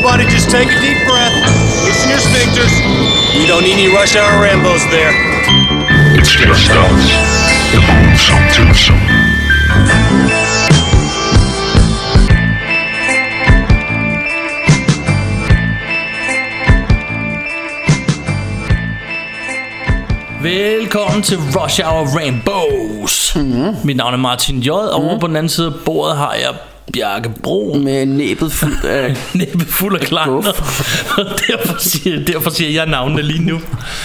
Everybody just take a deep breath. Loosen your sphincters. We don't need any rush hour Rambos there. It's just us. The Boomsome Twosome. Velkommen til Rush Hour Rambos. Mit navn er Martin J. Over på den anden side af bordet har jeg Bjarke Bro med næbet fuld af klanger. Derfor siger jeg navnene lige nu.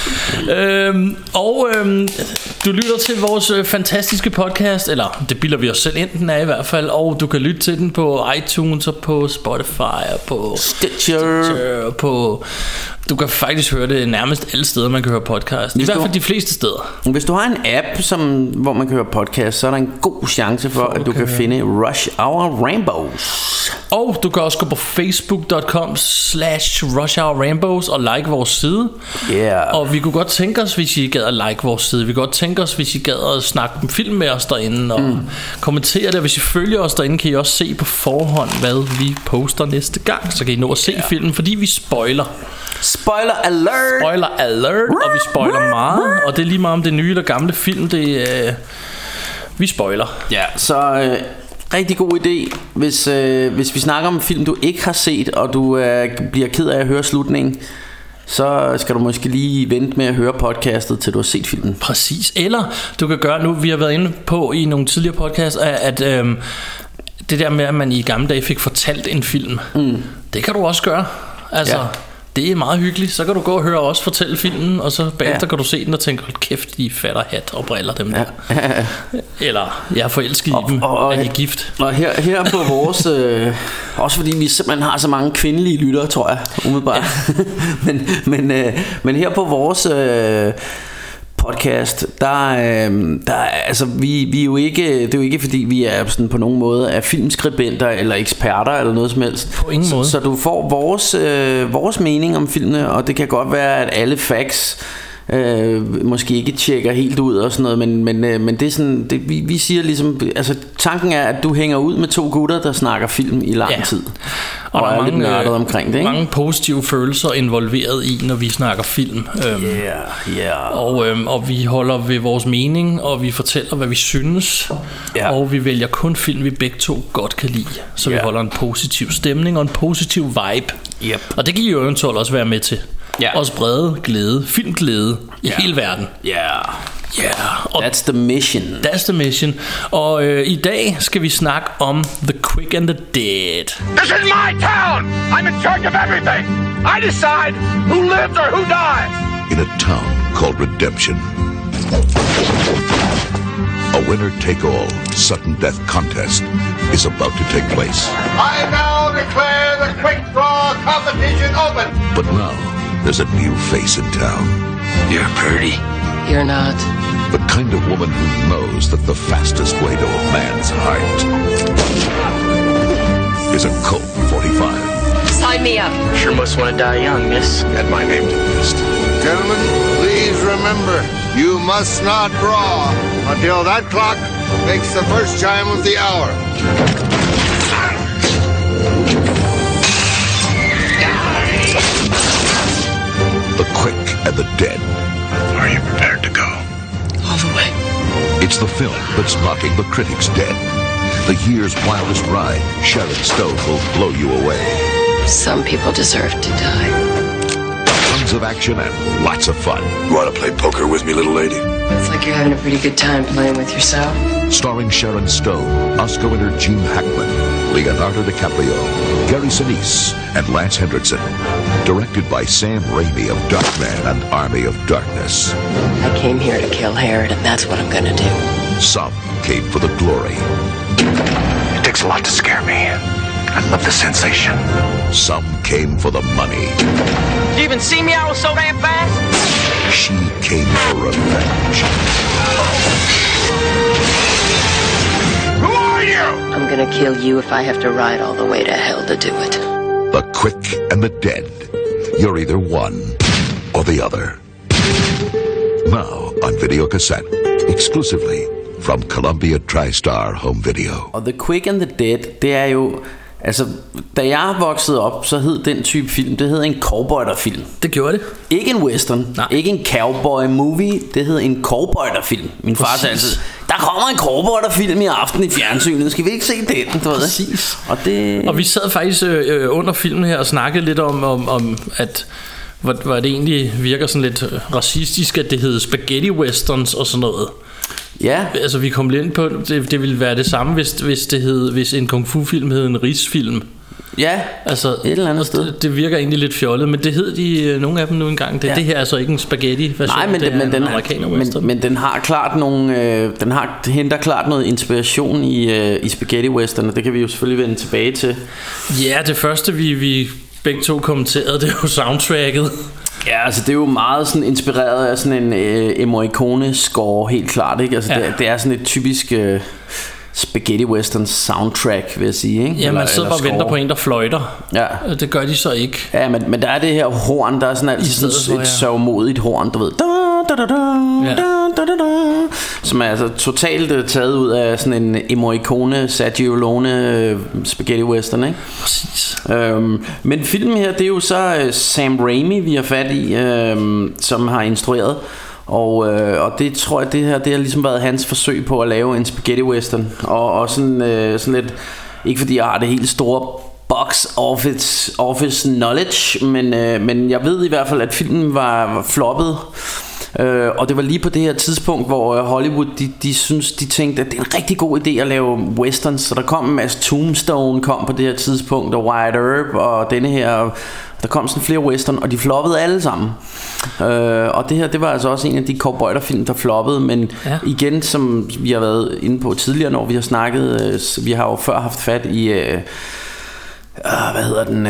Du lytter til vores fantastiske podcast. Eller det bilder vi os selv ind, den er i hvert fald. Og du kan lytte til den på iTunes og på Spotify og på Stitcher og på... Du kan faktisk høre det nærmest alle steder, man kan høre podcast. I hvert fald de fleste steder. Hvis du har en app, hvor man kan høre podcast, så er der en god chance for, at du kan finde Rush Hour Rambos. Og du kan også gå på facebook.com/Rush Hour Rambos og like vores side. Og vi kunne godt tænke os, hvis I gad at like vores side. Vi kunne godt tænke os, hvis I gad at snakke om film med os derinde og kommentere det. Hvis I følger os derinde, kan I også se på forhånd, hvad vi poster næste gang. Så kan I nå at se filmen, fordi vi spoiler. Spoiler alert. Spoiler alert. Og vi spoiler meget. Og det er lige meget om det nye eller gamle film. Vi spoiler. Ja, så rigtig god idé. Hvis vi snakker om en film du ikke har set, og du bliver ked af at høre slutningen, så skal du måske lige vente med at høre podcastet til du har set filmen. Præcis. Eller du kan gøre nu, vi har været inde på i nogle tidligere podcasts, at det der med at man i gamle dage fik fortalt en film, det kan du også gøre. Altså det er meget hyggeligt. Så kan du gå og høre os fortælle filmen, og så bagefter kan du se den og tænke, hold kæft, de fatter hat og briller dem der. Eller jeg er forelsket i dem. Er I gift? Og her på vores også fordi vi simpelthen har så mange kvindelige lyttere, tror jeg umiddelbart. men her på vores podcast, der altså vi er jo ikke, det er jo ikke fordi vi er sådan på nogen måde er filmskribenter eller eksperter eller noget som helst. På ingen måde. Så du får vores mening om filmene, og det kan godt være at alle facts måske ikke tjekker helt ud og sådan noget, men det er sådan vi siger ligesom, altså tanken er at du hænger ud med to gutter der snakker film i lang tid. Og der er lidt nørdet omkring det, ikke? Mange positive følelser involveret i, når vi snakker film. Og vi holder ved vores mening, og vi fortæller, hvad vi synes. Og vi vælger kun film, vi begge to godt kan lide. Så vi holder en positiv stemning og en positiv vibe. Og det kan I jo eventuelt også være med til. Også brede glæde, filmglæde i hele verden. That's the mission. That's the mission. Og i dag skal vi snakke om The Quick and the Dead. This is my town. I'm in charge of everything. I decide who lives or who dies. In a town called Redemption, a winner-take-all sudden death contest is about to take place. I now declare the quick draw competition open. But now there's a new face in town. You're pretty. You're not. The kind of woman who knows that the fastest way to a man's heart is a Colt 45. Sign me up. Sure must want to die young, miss. Add my name to the list. Gentlemen, please remember, you must not draw until that clock makes the first chime of the hour. The Quick and the Dead. Are you prepared to go? All the way. It's the film that's knocking the critics dead. The year's wildest ride. Sharon Stone will blow you away. Some people deserve to die. Tons of action and lots of fun. You want to play poker with me, little lady? It's like you're having a pretty good time playing with yourself. Starring Sharon Stone, Oscar winner Gene Hackman, Leonardo DiCaprio, Gary Sinise, and Lance Hendrickson. Directed by Sam Raimi of Darkman and Army of Darkness. I came here to kill Herod, and that's what I'm gonna do. Some came for the glory. It takes a lot to scare me. I love the sensation. Some came for the money. You even see me? I was so damn fast. She came for revenge. Who are you? I'm gonna kill you if I have to ride all the way to hell to do it. The Quick and the Dead. You're either one or the other. Now on videocassette, exclusively from Columbia TriStar Home Video. Og The Quick and the Dead, det er jo Altså, da jeg voksede op, så hed den type film, det hed en cowboyderfilm. Det gjorde det. Ikke en western, Nej. ikke en cowboy movie, det hed en cowboyderfilm. Min far sagde altid, der kommer en cowboyderfilm i aften i fjernsynet, skal vi ikke se den? Præcis. Og vi sad faktisk under filmen her og snakkede lidt om at hvor det egentlig virker sådan lidt racistisk, at det hed spaghetti westerns og sådan noget. Ja. Altså vi kom lidt ind på, det ville være det samme, hvis en kung fu film hed en rigsfilm. Ja, altså, et eller andet sted. Det virker egentlig lidt fjollet, men det hed de nogle af dem nu engang. Det her er altså ikke en spaghetti version. Nej, men den har klart nogle henter klart noget inspiration i spaghetti western, og det kan vi jo selvfølgelig vende tilbage til. Ja, det første vi begge to kommenterede, det er jo soundtracket. Ja, altså det er jo meget sådan inspireret af sådan en Morricone score, helt klart, ikke? Altså det er sådan et typisk spaghetti western soundtrack, vil jeg sige, ikke? Ja, man sidder bare og venter på en, der fløjter. Ja. Det gør de så ikke. Ja, men der er det her horn, der er sådan altid sådan et sørgmodigt horn, du ved. Som er altså totalt taget ud af sådan en Morricone, Sergio Leone spaghetti western, ikke? Præcis. Men filmen her, det er jo så Sam Raimi, vi har fat i, som har instrueret. Og det tror jeg, det har ligesom været hans forsøg på at lave en spaghetti western. Og sådan lidt, ikke fordi jeg har det helt store box office knowledge, men jeg ved i hvert fald, at filmen var floppet. Og det var lige på det her tidspunkt, hvor Hollywood de tænkte, at det er en rigtig god idé at lave westerns. Så der kom en masse. Tombstone kom på det her tidspunkt, og Wyatt Earp og denne her. Der kom sådan flere western, og de floppede alle sammen. Og det her, det var altså også en af de cowboyderfilm, der floppede. Men igen, som vi har været inde på tidligere, når vi har snakket, vi har jo før haft fat i hvad hedder den,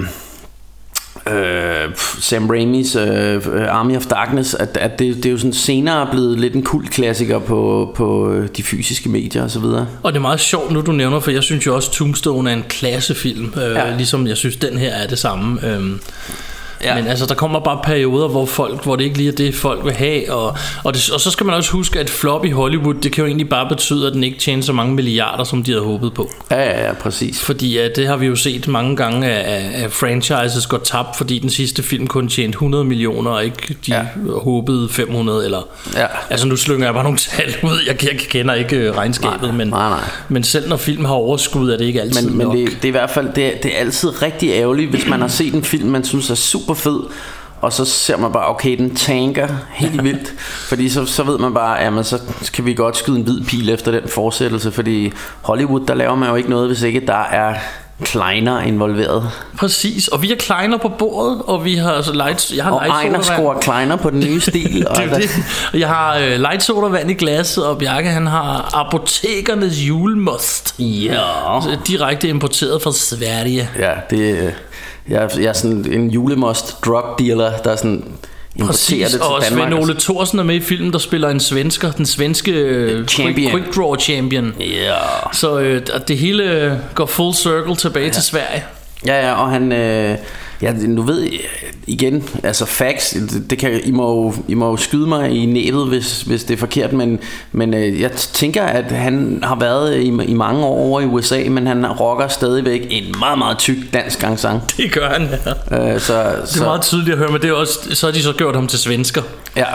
Sam Raimis Army of Darkness, at det er jo sådan senere blevet lidt en kultklassiker på de fysiske medier og så videre. Og det er meget sjovt nu du nævner, for jeg synes jo også Tombstone er en klassefilm, ligesom jeg synes den her er det samme. Ja. Men altså der kommer bare perioder hvor det ikke lige er det folk vil have, og så skal man også huske at flop i Hollywood, det kan jo egentlig bare betyde at den ikke tjener så mange milliarder som de havde håbet på. Ja, præcis. Fordi det har vi jo set mange gange at franchises går tabt, fordi den sidste film kun tjente 100 millioner og ikke de håbede 500 eller. Ja. Altså nu slynger jeg bare nogle tal ud. Jeg kender ikke regnskabet, men selv når film har overskud er det ikke altid men nok. det er i hvert fald det er altid rigtig ærgerligt, hvis man har set en film man synes er super fed, og så ser man bare, okay, den tanker helt vildt, fordi så ved man bare, jamen så kan vi godt skyde en hvid pil efter den fortsættelse, fordi Hollywood, der laver man jo ikke noget, hvis ikke der er kleiner involveret. Præcis, og vi har kleiner på bordet, og vi har altså jeg har og Ejner scorer kleiner på den nye stil. Og jeg har light sodavand i glasset, og Bjarke han har apotekernes julemost. Ja. Direkte importeret fra Sverige. Ja, jeg er sådan en julemost drug dealer, der er sådan importerer det til og Danmark. Svend Ole Thorsen er med i filmen, der spiller en svensker, den svenske quick draw champion. Ja. Så det hele går full circle tilbage til Sverige. Ja, og han nu ved igen, altså facts, det kan I må jo skyde mig i næbet hvis det er forkert, men jeg tænker at han har været i mange år over i USA, men han rocker stadigvæk en meget meget tyk dansk accent. Det gør han, ja. Det er meget tydeligt at høre, men det er også, så har de så gjort ham til svensker. Ja.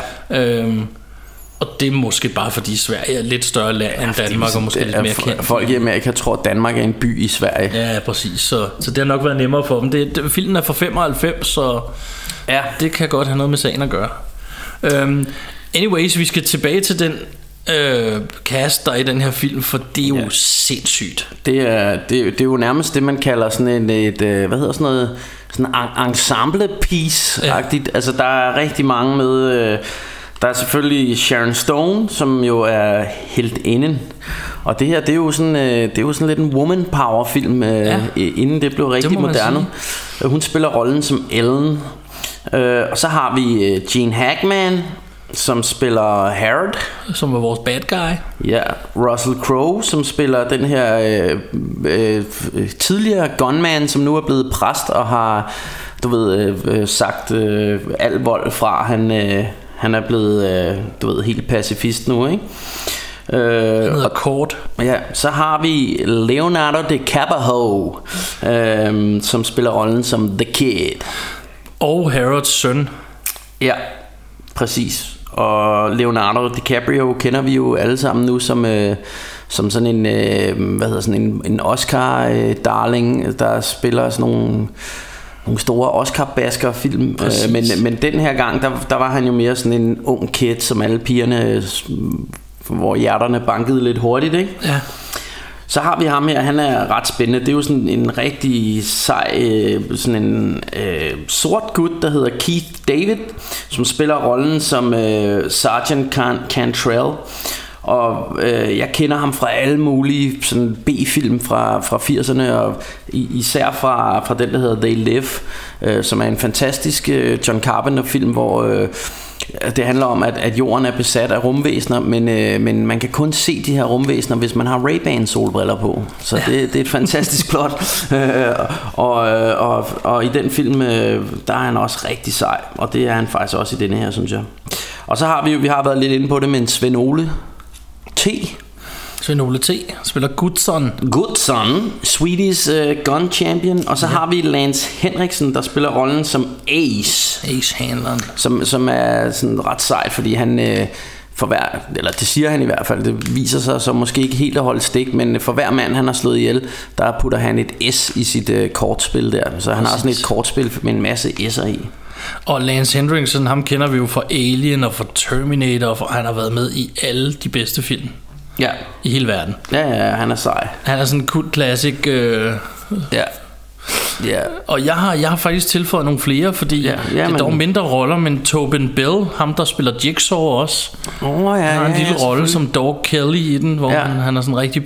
Og det er måske bare fordi Sverige er et lidt større land end Danmark, og måske lidt mere kendt. Folk i Amerika tror at Danmark er en by i Sverige. Ja, præcis. Så det har nok været nemmere for dem. Filmen er fra 95, så det kan godt have noget med sagen at gøre. Anyways, vi skal tilbage til den cast der i den her film, for det er jo sindssygt. Det er jo nærmest det man kalder sådan et hvad hedder sådan noget, sådan ensemble piece-agtigt. Altså der er rigtig mange med. Der er selvfølgelig Sharon Stone, som jo er heltinden. Og det her, det er jo sådan lidt en woman power film, inden det blev rigtig moderne. Hun spiller rollen som Ellen. Og så har vi Gene Hackman, som spiller Harold, som var vores bad guy. Ja, Russell Crowe, som spiller den her tidligere gunman, som nu er blevet præst og har, du ved, sagt al vold fra. Han er blevet, du ved, helt pacifist nu, ikke? Han hedder Kort. Ja, så har vi Leonardo DiCaprio, som spiller rollen som The Kid. Og Herods søn. Ja, præcis. Og Leonardo DiCaprio kender vi jo alle sammen nu som sådan en Oscar-darling, der spiller sådan nogle store Oscar-basker film. Men den her gang, der var han jo mere sådan en ung kid, som alle pigerne, hvor hjerterne bankede lidt hurtigt, ikke? Ja. Så har vi ham her, han er ret spændende. Det er jo sådan en rigtig sej, sådan en sort gut, der hedder Keith David, som spiller rollen som Sergeant Cantrell. Og jeg kender ham fra alle mulige sådan B-film fra 80'erne, og især fra den, der hedder They Live, som er en fantastisk John Carpenter-film, hvor det handler om, at jorden er besat af rumvæsener, men man kan kun se de her rumvæsener, hvis man har Ray-Ban solbriller på. Så ja. Det er et fantastisk plot. Og i den film, der er han også rigtig sej, og det er han faktisk også i denne her, synes jeg. Og så har vi har været lidt inde på det med en Sven Ole T. Svend Ole T. spiller Goodson, Swedish gun champion. Og så har vi Lance Henriksen, der spiller rollen som Ace-handleren, som er sådan ret sej, fordi han for hver, eller det siger han i hvert fald, det viser sig så måske ikke helt at holde stik, men for hver mand han har slået ihjel, der putter han et S i sit kortspil der. Så han har sådan et kortspil med en masse S'er i. Og Lance Henriksen, ham kender vi jo fra Alien og fra Terminator, for han har været med i alle de bedste film. Ja. I hele verden. Ja, han er sej. Han er sådan en kult classic. Ja. Og jeg har faktisk tilføjet nogle flere, fordi det er dog mindre roller, men Tobin Bell, ham der spiller Jigsaw også, han har en lille rolle som Dog Kelly i den, hvor han er sådan en rigtig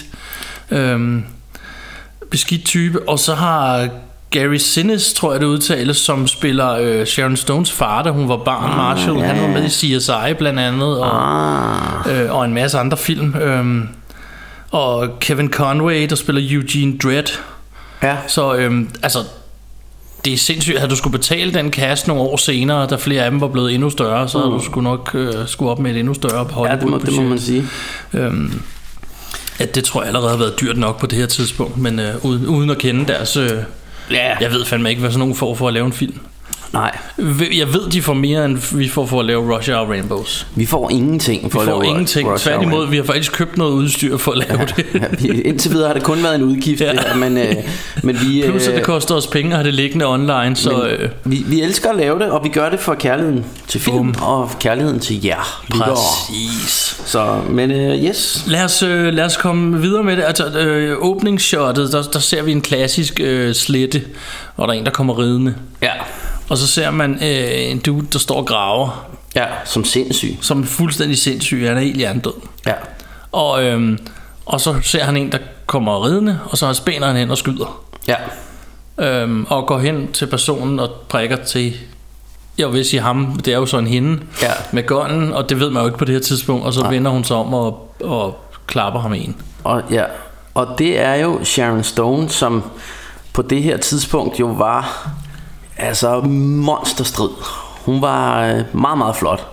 beskidt type. Og så har Gary Sinise, tror jeg det udtales, som spiller Sharon Stones far, da hun var barn, Marshall. Han var med i CSI blandt andet, og en masse andre film. Og Kevin Conway, der spiller Eugene Dredd. Ja. Så det er sindssygt. Havde du skulle betale den cast nogle år senere, da flere af dem var blevet endnu større, så havde du skulle nok skulle op med et endnu større Hollywood. Ja, det må man sige. Det tror jeg allerede har været dyrt nok på det her tidspunkt, men uden at kende deres... Jeg ved fandme ikke, hvad sådan nogen får for at lave en film. Nej. Jeg ved, de får mere, end vi får for at lave Rush Hour Rainbows. Vi får ingenting for at lave ingenting. Tværtimod, vi har faktisk købt noget udstyr for at lave det. Indtil videre har det kun været en udgift, men vi... Plus, at det koster os penge at have det liggende online, så... Vi elsker at lave det, og vi gør det for kærligheden til film, og kærligheden til jer. Præcis. Så, men yes. Lad os komme videre med det. Altså, åbningsshottet, der ser vi en klassisk slette, hvor der er en, der kommer ridende. Ja. Og så ser man en dude, der står og graver. Ja, som sindssyg. Som fuldstændig sindssyg. Han er helt hjernedød. Ja. Og så ser han en, der kommer ridende, og så spænder han hen og skyder. Ja. Og går hen til personen og prikker til, jeg vil sige ham, det er jo sådan hende, med gunnen, og det ved man jo ikke på det her tidspunkt. Og så vender hun sig om og klapper ham en. Og det er jo Sharon Stone, som på det her tidspunkt jo var... Altså monsterstrid. Hun var meget, meget flot.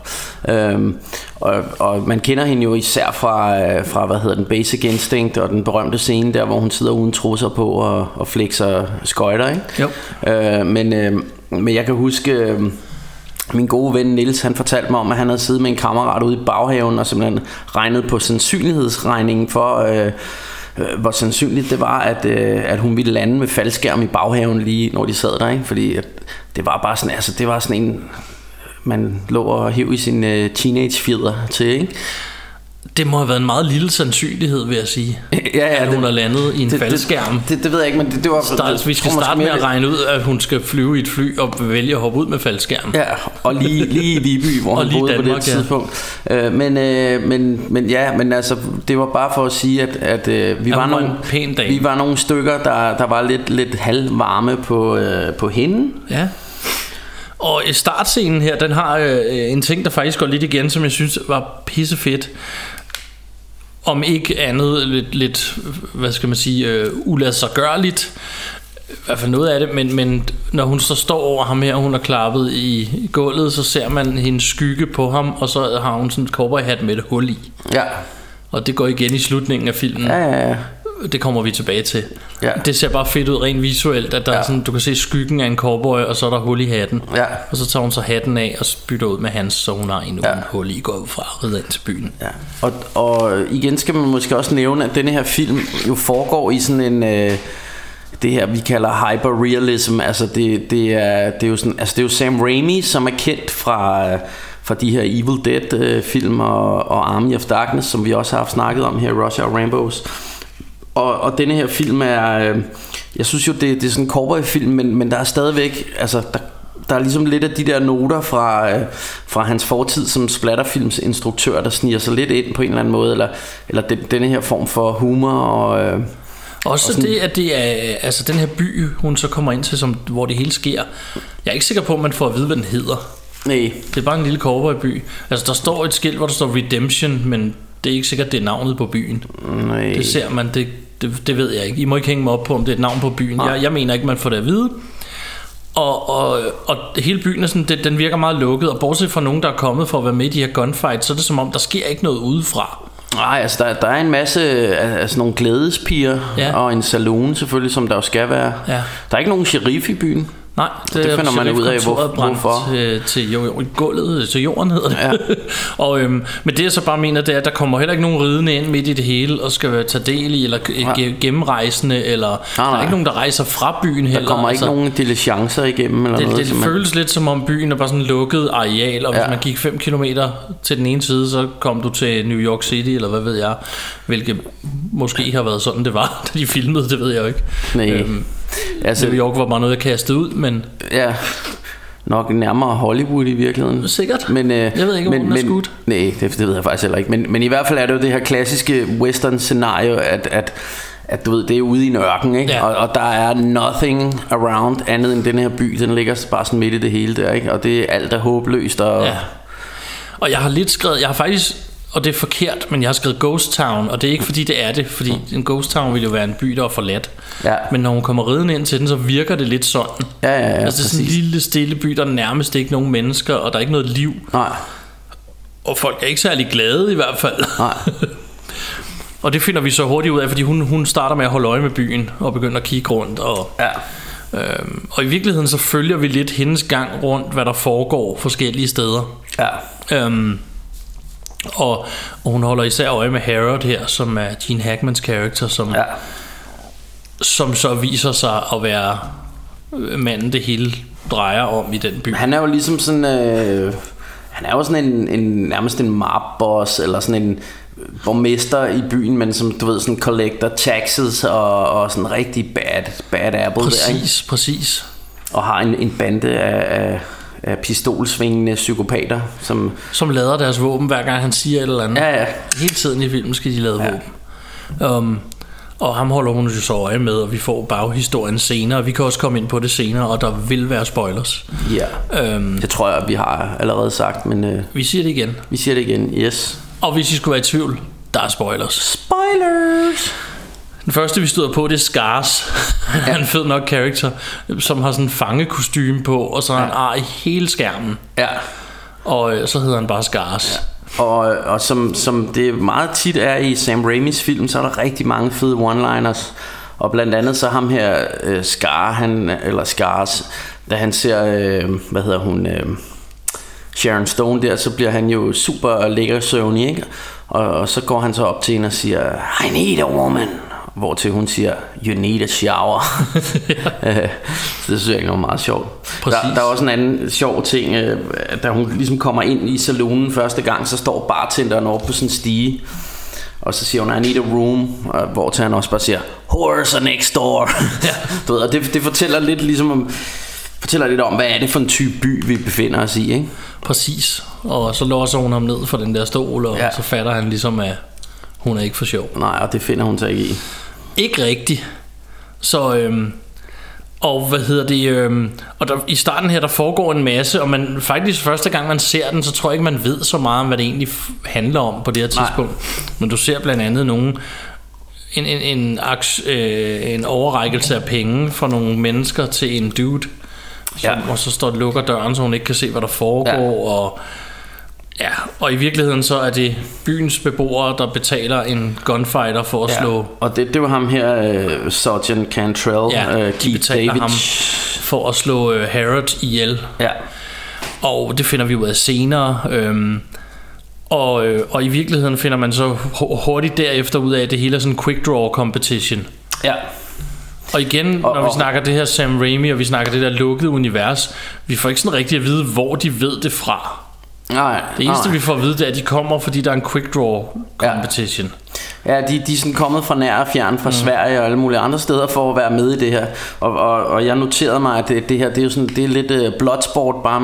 Og man kender hende jo især fra hvad hedder den, Basic Instinct, og den berømte scene der, hvor hun sidder uden trusser på og flexer skøjter, ikke? Jo. Men jeg kan huske min gode ven Niels, han fortalte mig om, at han havde siddet med en kammerat ude i baghaven og simpelthen regnet på sandsynlighedsregningen for hvor sandsynligt det var, at hun ville lande med faldskærm i baghaven lige når de sad der, ikke? Fordi det var bare sådan, altså det var sådan en, man lå og hæv i sin teenage-fjeder til, ikke? Det må have været en meget lille sandsynlighed, vil jeg sige. At hun har landet i en faldskærm. Det ved jeg ikke, men det var... Vi skal starte med at regne ud, at hun skal flyve i et fly og vælge at hoppe ud med faldskærm. Ja, og lige i Viby, hvor hun boede Danmark, på det tidspunkt. Men altså, det var bare for at sige, at vi var nogle stykker, der var lidt halvvarme på hende. Ja. Og startscenen her, den har en ting, der faktisk går lidt igen, som jeg synes var pissefedt. Om ikke andet lidt hvad skal man sige, uladsiggørligt. I hvert fald noget af det, men når hun så står over ham her, og hun er klappet i gulvet, så ser man hendes skygge på ham, og så har hun sådan en cowboyhat med et hul i. Ja. Og det går igen i slutningen af filmen. Ja. Det kommer vi tilbage til. Ja. Det ser bare fedt ud rent visuelt, at der er sådan, du kan se skyggen af en cowboy, og så er der hul i hatten. Ja. Og så tager hun så hatten af og bytter ud med hans, så hun har en uden hul i, går ud fra og rider ind til byen. Ja. Og igen skal man måske også nævne, at denne her film jo foregår i sådan en det her vi kalder hyperrealism. Altså det er jo sådan, altså det er jo Sam Raimi, som er kendt fra de her Evil Dead film og Army of Darkness, som vi også har snakket om her, Rush Hour Rambos. Og denne her film er, jeg synes jo det er sådan en cowboy-film, men der er stadigvæk, altså der er ligesom lidt af de der noter fra hans fortid som splatterfilmsinstruktør, der sniger sig lidt ind på en eller anden måde, eller denne her form for humor og også og det, at det er altså den her by, hun så kommer ind til, hvor det hele sker. Jeg er ikke sikker på, at man får at vide, hvad den hedder. Nej. Det er bare en lille cowboyby. Altså der står et skilt, hvor der står Redemption, men det er ikke sikkert, det er navnet på byen. Nej. Det ser man, det ved jeg ikke. I må ikke hænge mig op på, om det er et navn på byen. Jeg mener ikke, man får det at vide. Og hele byen er sådan, den virker meget lukket. Og bortset fra nogen, der er kommet for at være med i de her gunfights, så er det som om, der sker ikke noget udefra. Nej, altså der er en masse altså nogle glædespiger og en saloon selvfølgelig, som der jo skal være. Ja. Der er ikke nogen sheriff i byen. Nej, det finder man ud af, hvorfor. Til gulvet, til jorden hedder det. Ja. Og, men det jeg så bare mener, det er, at der kommer heller ikke nogen ridende ind midt i det hele og skal tage del i, eller gennemrejsende, eller der er ikke nogen, der rejser fra byen heller. Der kommer ikke nogen diligencer igennem eller noget. Det føles lidt som om byen er bare sådan en lukket areal, og hvis man gik 5 kilometer til den ene side, så kom du til New York City, eller hvad ved jeg, hvilket måske har været sådan det var, da de filmede, det ved jeg jo ikke. Nej. Altså, New York var bare noget, jeg kastede ud, men ja, nok nærmere Hollywood i virkeligheden. Sikkert. Men jeg ved ikke, om den er skudt. Nej, det ved jeg faktisk heller ikke. Men i hvert fald er det jo det her klassiske western scenario, at du ved, det er ude i en ørken, ikke? Ja. Og der er nothing around andet end den her by. Den ligger bare sådan midt i det hele der, ikke? Og det er alt er håbløst. Og jeg har faktisk, og det er forkert, men jeg har skrevet Ghost Town, og det er ikke fordi det er det, fordi en Ghost Town ville jo være en by, der er forladt. Ja. Men når hun kommer ridende ind til den, så virker det lidt sådan. Ja, altså det er sådan en lille stille by, der er nærmest ikke nogen mennesker, og der er ikke noget liv. Nej. Og folk er ikke særlig glade i hvert fald. Nej. Og det finder vi så hurtigt ud af, fordi hun starter med at holde øje med byen og begynder at kigge rundt. Og i virkeligheden så følger vi lidt hendes gang rundt, hvad der foregår forskellige steder. Ja. Og hun holder især øje med Harold her, som er Gene Hackmans karakter, som så viser sig at være manden, det hele drejer om i den by. Han er jo ligesom sådan han er jo sådan en nærmest en mobboss, eller sådan en borgmester i byen, men som du ved, sådan collector taxes og sådan rigtig bad apple. Præcis. Og har en bande af pistolsvingende psykopater, som lader deres våben hver gang han siger et eller andet. Ja. Hele tiden i filmen skal de lade våben. Og ham holder hun jo så øje med, og vi får baghistorien senere. Vi kan også komme ind på det senere, og der vil være spoilers. Ja. Det tror jeg vi har allerede sagt, men vi siger det igen. Yes. Og hvis I skulle være i tvivl, der er spoilers. Spoilers. Den første vi støder på, det er Scars. Han er en fed nok karakter, som har sådan en fangekostyme på, og så har han ar i hele skærmen. Ja. Og så hedder han bare Scars. Ja. Og som det meget tit er i Sam Raimis film, så er der rigtig mange fede one-liners. Og blandt andet så ham her Scars, da han ser Sharon Stone der, så bliver han jo super lækker søvnig, ikke? Og så går han så op til hende og siger, I need a woman. Hvortil hun siger, you need a shower. Så det synes jeg ikke var meget sjovt. Der er også en anden sjov ting, da hun ligesom kommer ind i saloonen første gang, så står bartenderen oppe på sådan en stige, og så siger hun, I need a room, hvortil han også bare siger, whores are next door. Du ved, og det fortæller lidt ligesom om, hvad er det for en type by vi befinder os i, ikke? Præcis. Og så låser hun ham ned for den der stol, og så fatter han ligesom, at hun er ikke for sjov. Nej, og det finder hun sig ikke i. Ikke rigtigt. Så og og der, i starten her der foregår en masse, og man faktisk første gang man ser den, så tror jeg ikke man ved så meget om hvad det egentlig handler om på det her tidspunkt. Men du ser blandt andet en overrækkelse af penge fra nogle mennesker til en dude, og så står lukker døren, så hun ikke kan se hvad der foregår, og Ja, og i virkeligheden så er det byens beboere, der betaler en gunfighter for at slå. Og det var ham her, Sergeant Cantrell, de betaler ham for at slå Herod ihjel. Ja. Og det finder vi ud af senere. Og i virkeligheden finder man så hurtigt derefter ud af, at det hele er sådan en quick draw competition. Ja. Og igen, når vi snakker det her Sam Raimi, og vi snakker det der lukkede univers, vi får ikke sådan rigtig at vide, hvor de ved det fra. Nej, det eneste vi får at vide, det er, at de kommer, fordi der er en quick draw competition. Ja, de er sådan kommet fra nær og fjern, fra Sverige og alle mulige andre steder for at være med i det her. Og jeg noterede mig, at det her, det er jo sådan, det er lidt bloodsport bare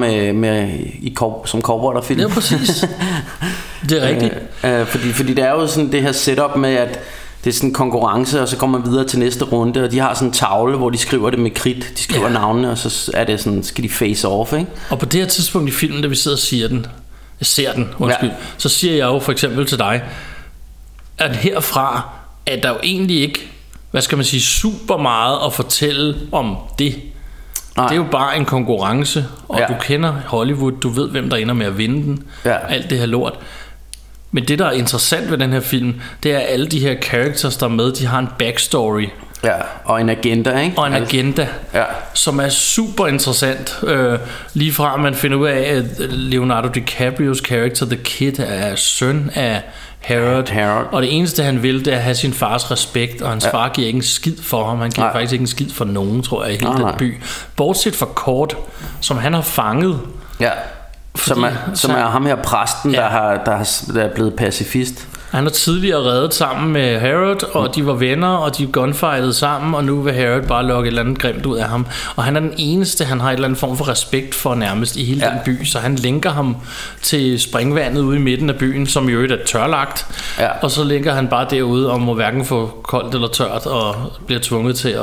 som cowboyderfilm. Ja, præcis. Det er rigtigt. Fordi det er jo sådan det her setup med, at det er sådan en konkurrence, og så går man videre til næste runde, og de har sådan en tavle, hvor de skriver det med kridt. De skriver navnene, og så er det sådan, skal de face off, ikke? Og på det her tidspunkt i filmen, da vi sidder og ser den, så siger jeg jo for eksempel til dig, at herfra er der jo egentlig ikke, hvad skal man sige, super meget at fortælle om det. Nej. Det er jo bare en konkurrence, og du kender Hollywood, du ved hvem der ender med at vinde den, alt det her lort. Men det der er interessant ved den her film, det er alle de her characters der er med, de har en backstory. Ja, og en agenda, ikke? Og en agenda, som er super interessant. Lige fra man finder ud af, at Leonardo DiCaprios karakter, The Kid, er søn af Herod. Og det eneste han vil, det er at have sin fars respekt. Og hans far giver ikke en skid for ham. Han giver faktisk ikke en skid for nogen, tror jeg, i hele den by. Bortset fra Kort, som han har fanget. Ja. Som er ham her præsten, der er blevet pacifist. Han har tidligere reddet sammen med Herod, og de var venner, og de gunfightede sammen, og nu vil Herod bare lokke et eller andet grimt ud af ham. Og han er den eneste, han har et eller andet form for respekt for nærmest i hele den by, så han linker ham til springvandet ude i midten af byen, som jo er tørlagt. Og så linker han bare derude og må hverken få koldt eller tørt, og bliver tvunget til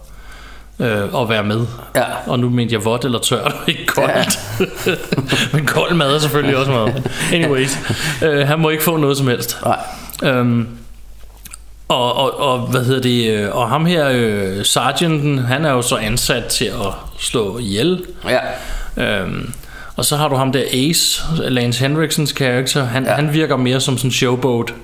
at være med. Og nu mente jeg vådt eller tørt, ikke koldt. Men kold mad er selvfølgelig også mad. Anyways, han må ikke få noget som helst. Og hvad hedder det? Og ham her, sergeanten, han er jo så ansat til at slå ihjel. Og så har du ham der Ace, Lance Henriksens karakter. Han virker mere som sådan en showboat.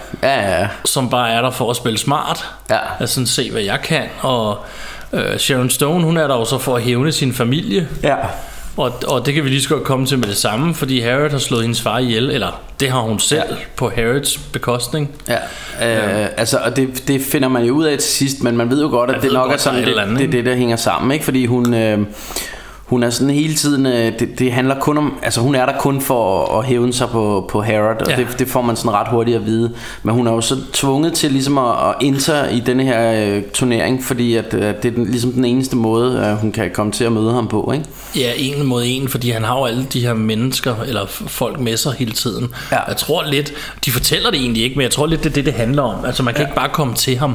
Som bare er der for at spille smart. Altså sådan, se hvad jeg kan. Og Sharon Stone, hun er der jo så for at hævne sin familie. Og det kan vi lige så godt komme til med det samme, fordi Herod har slået hendes far ihjel, eller det har hun selv på Herods bekostning. Altså, og det finder man jo ud af til sidst, men man ved jo godt, at det nok er sådan, det der hænger sammen, ikke? Fordi hun er sådan hele tiden, det handler kun om, altså hun er der kun for at hævne sig på Herod, og det får man sådan ret hurtigt at vide. Men hun er jo så tvunget til ligesom at indtage i denne her turnering, fordi at det er ligesom den eneste måde, hun kan komme til at møde ham på, ikke? Ja, en mod en, fordi han har jo alle de her mennesker, eller folk med sig hele tiden. Jeg tror lidt, de fortæller det egentlig ikke, men jeg tror lidt, det handler om. Altså man kan ikke bare komme til ham.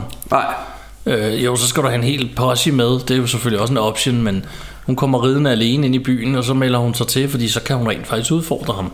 Jo, så skal du have en hel posse med, det er jo selvfølgelig også en option, men hun kommer ridende alene ind i byen, og så melder hun sig til, fordi så kan hun rent faktisk udfordre ham.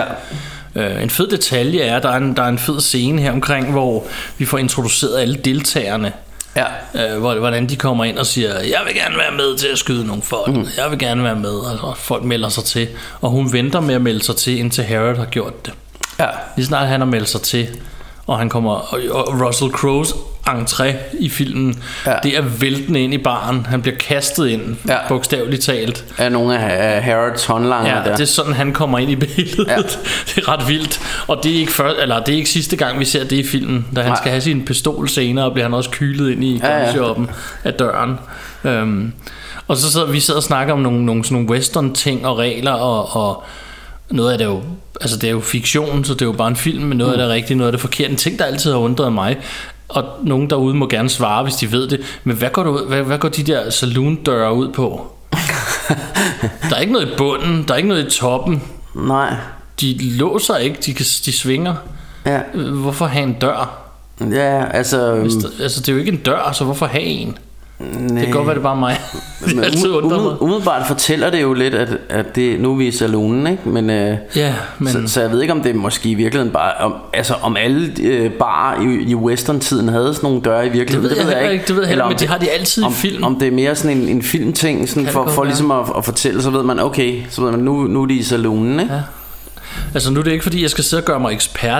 En fed detalje er, at der er en fed scene her omkring, hvor vi får introduceret alle deltagerne. Hvordan de kommer ind og siger, jeg vil gerne være med til at skyde nogle folk. Jeg vil gerne være med, og folk melder sig til. Og hun venter med at melde sig til, indtil Herod har gjort det. Lige snart han har meldt sig til, og han kommer, og Russell Crowe's entré i filmen, det er væltende ind i baren. Han bliver kastet ind, bogstaveligt talt, af nogle af Herods håndlanger der. Det er sådan han kommer ind i billedet. Det er ret vildt. Og det er ikke sidste gang vi ser det i filmen. Da han skal have sin pistol senere, bliver han også kylet ind i gunshoppen af døren. Og så sidder vi og snakker om nogle western ting og regler, og noget af det er jo, altså det er jo fiktion, så det er jo bare en film, men noget af det er rigtigt, noget af det er forkert. En ting der altid har undret mig, og nogen derude må gerne svare, hvis de ved det, men hvad går de der saloon-døre ud på? Der er ikke noget i bunden, der er ikke noget i toppen. Nej. De låser ikke, de svinger. Hvorfor have en dør? Altså det er jo ikke en dør, så hvorfor have en? Det kan godt være, det er bare mig. Umiddelbart fortæller det jo lidt, at det, nu er vi i salonen, ikke? Men så jeg ved ikke, om det måske i virkeligheden bare om alle barer i western-tiden havde sådan nogle døre i virkeligheden. Det ved jeg ikke. Det ved jeg heller, men det har de altid i film. Om det er mere sådan en filmting, sådan for ligesom at fortælle, så ved man, okay, så ved man, nu er de i salonen, ikke? Altså nu er det ikke fordi jeg skal sidde og gøre mig ekspert.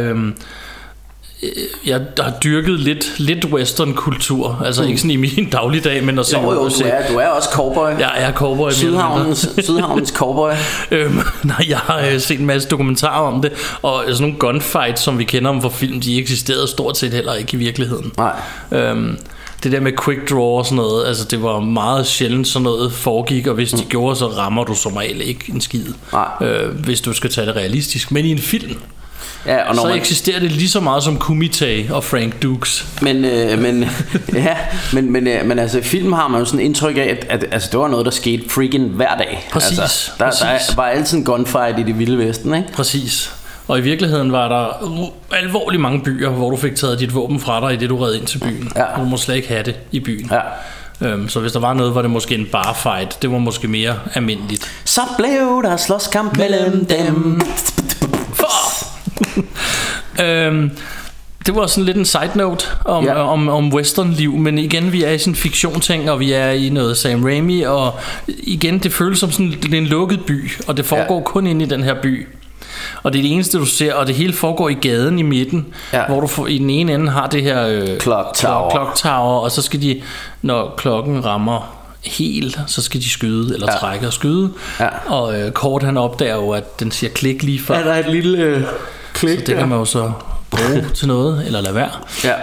Jeg har dyrket lidt western kultur. Altså ikke sådan i min dagligdag, men at se. Jo, du er også cowboy. Jeg er cowboy. Sydhavnens cowboy. Nej, jeg har set en masse dokumentarer om det. Og sådan nogle gunfights, som vi kender om fra film, de eksisterede stort set heller ikke i virkeligheden. Nej. Det der med quick draw og sådan noget, altså det var meget sjældent sådan noget foregik. Og hvis de gjorde, så rammer du som regel ikke en skid. Hvis du skal tage det realistisk. Men i en film, ja, og så eksisterer det lige så meget som Kumite og Frank Dukes. Men altså i film har man jo sådan indtryk af at altså, det var noget der skete freaking hver dag. Præcis, altså, der var altid en gunfight i det vilde vesten, ikke? Præcis. Og i virkeligheden var der alvorligt mange byer, hvor du fik taget dit våben fra dig i det du red ind til byen. Ja. Du må slet ikke have det i byen. Ja. Så hvis der var noget, var det måske en barfight. Det var måske mere almindeligt. Så blev der slåskamp mellem dem. Det var sådan lidt en side note om westernliv. Men igen, vi er i sådan en fiktion-ting, og vi er i noget Sam Raimi. Og igen, det føles som sådan en lukket by, og det foregår kun inde i den her by. Og det er det eneste du ser, og det hele foregår i gaden i midten, hvor du i den ene ende har det her clock tower, og så skal de, når klokken rammer helt, så skal de skyde eller trække og skyde. Og Kort han opdager jo, at den siger klik lige før. Er der et lille klik? Så det kan man jo så bruge til noget eller lade være.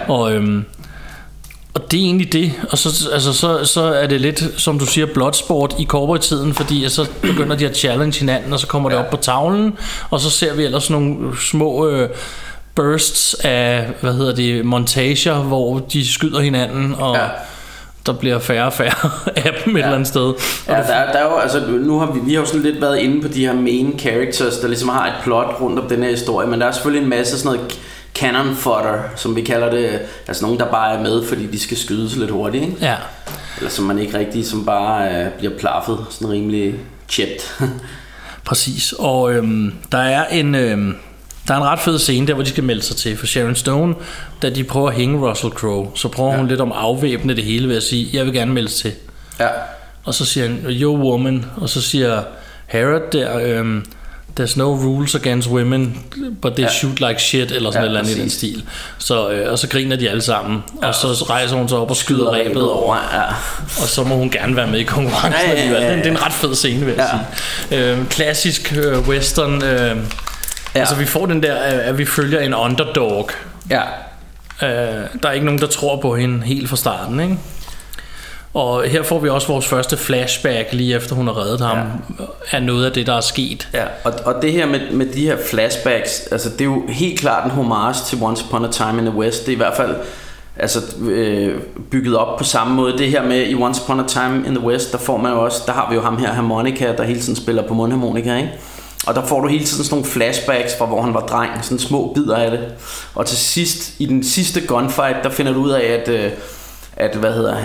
Og det er egentlig det. Og så er det lidt, som du siger, bloodsport i cowboy-tiden, fordi så begynder de at challenge hinanden, og så kommer det op på tavlen, og så ser vi ellers nogle små bursts af, montager, hvor de skyder hinanden, og der bliver færre og færre af dem et eller andet sted. Ja, der er jo, altså nu har vi har jo sådan lidt været inde på de her main characters, der ligesom har et plot rundt om den her historie, men der er selvfølgelig en masse sådan noget cannon fodder, som vi kalder det, altså nogen der bare er med, fordi de skal skydes lidt hurtigt, ikke? Ja. Eller som man ikke rigtig, som bare bliver plaffet, sådan rimelig chipped. Præcis. Og der er en ret fed scene der, hvor de skal melde sig til. For Sharon Stone, da de prøver at hænge Russell Crowe, så prøver hun lidt om afvæbne det hele ved at sige, jeg vil gerne meldes til. Ja. Og så siger han, yo woman, og så siger Harrod der, there's no rules against women, but they shoot like shit, eller sådan et eller andet i den stil. Så, og så griner de alle sammen, og så rejser hun sig op og skyder rebet over. Og så må hun gerne være med i konkurrencen. Det er en ret fed scene, vil jeg sige. Klassisk western. Altså vi får den der, at vi følger en underdog. Der er ikke nogen, der tror på hende helt fra starten, ikke? Og her får vi også vores første flashback lige efter hun har reddet ham af noget af det der er sket. Og det her med de her flashbacks, altså det er jo helt klart en homage til Once Upon a Time in the West. Det er i hvert fald altså bygget op på samme måde. Det her med i Once Upon a Time in the West, der får man jo også, der har vi jo ham her harmonika, der hele tiden spiller på mundharmonika, ikke? Og der får du hele tiden sådan nogle flashbacks fra hvor han var dreng, sådan små bidder af det. Og til sidst, i den sidste gunfight, der finder du ud af at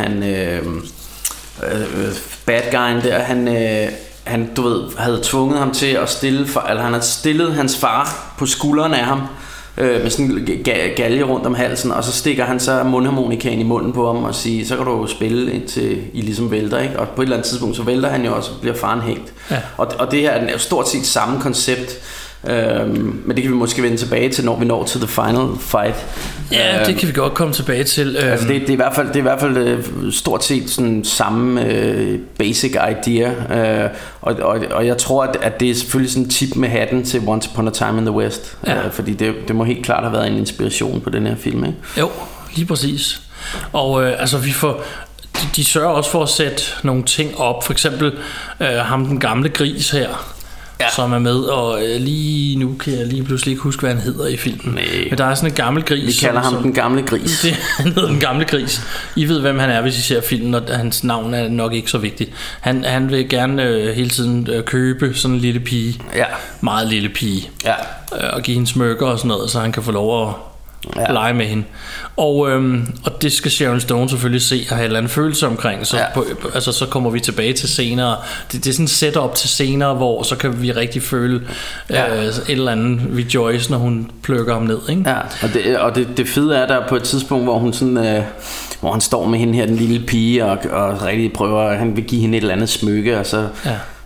bad guyen der, han du ved, havde tvunget ham til at stille, eller han havde stillet hans far på skuldrene af ham, med sådan en galge rundt om halsen, og så stikker han så mundharmonikaen i munden på ham og siger, så kan du spille indtil I ligesom vælter, ikke? Og på et eller andet tidspunkt så vælter han jo også, og bliver faren hængt. Og det her er stort set samme koncept. Men det kan vi måske vende tilbage til, når vi når til the final fight. Ja, det kan vi godt komme tilbage til. Altså det er i hvert fald stort set sådan samme basic idea. Og jeg tror at det er selvfølgelig sådan en tip med hatten til Once Upon a Time in the West. Fordi det må helt klart have været en inspiration på den her film, ikke? Jo, lige præcis. Og altså vi får de sørger også for at sætte nogle ting op. For eksempel ham den gamle gris her, som er med, og lige nu kan jeg lige pludselig ikke huske, hvad han hedder i filmen. Men der er sådan en gammel gris. Vi kalder ham den gamle gris. Han hedder den gamle gris. I ved, hvem han er, hvis I ser filmen, og hans navn er nok ikke så vigtigt. Han vil gerne hele tiden købe sådan en lille pige. Meget lille pige. Og give hende smykker og sådan noget, så han kan få lov at lege med hende. Og det skal Sharon Stone selvfølgelig se og have en eller anden følelse omkring. Så, så kommer vi tilbage til senere. Det er sådan en setup til senere, hvor så kan vi rigtig føle et eller andet ved Joyce, når hun plukker ham ned, ikke? Og det fede er der på et tidspunkt, hvor hun sådan hvor han står med hende her, den lille pige, og rigtig prøver, han vil give hende et eller andet smykke, og så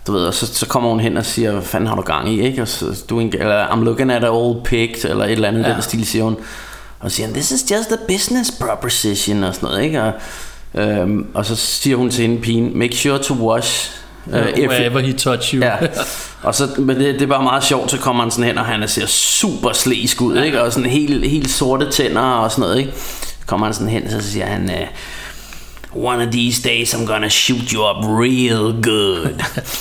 du ved, og så kommer hun hen og siger, hvad fanden har du gang i, ikke? Og så, eller I'm looking at an old pig, eller et eller andet den stil, siger hun. Og så siger han, this is just a business proposition, og sådan noget, ikke? Og så siger hun til hende, pigen, make sure to wash wherever he touch you. Ja. Og så, men det er bare meget sjovt. Så kommer han sådan hen, og han ser super slæsk ud, ikke? Og sådan helt sorte tænder og sådan noget, ikke? Så kommer han sådan hen, så siger han, one of these days I'm gonna shoot you up real good.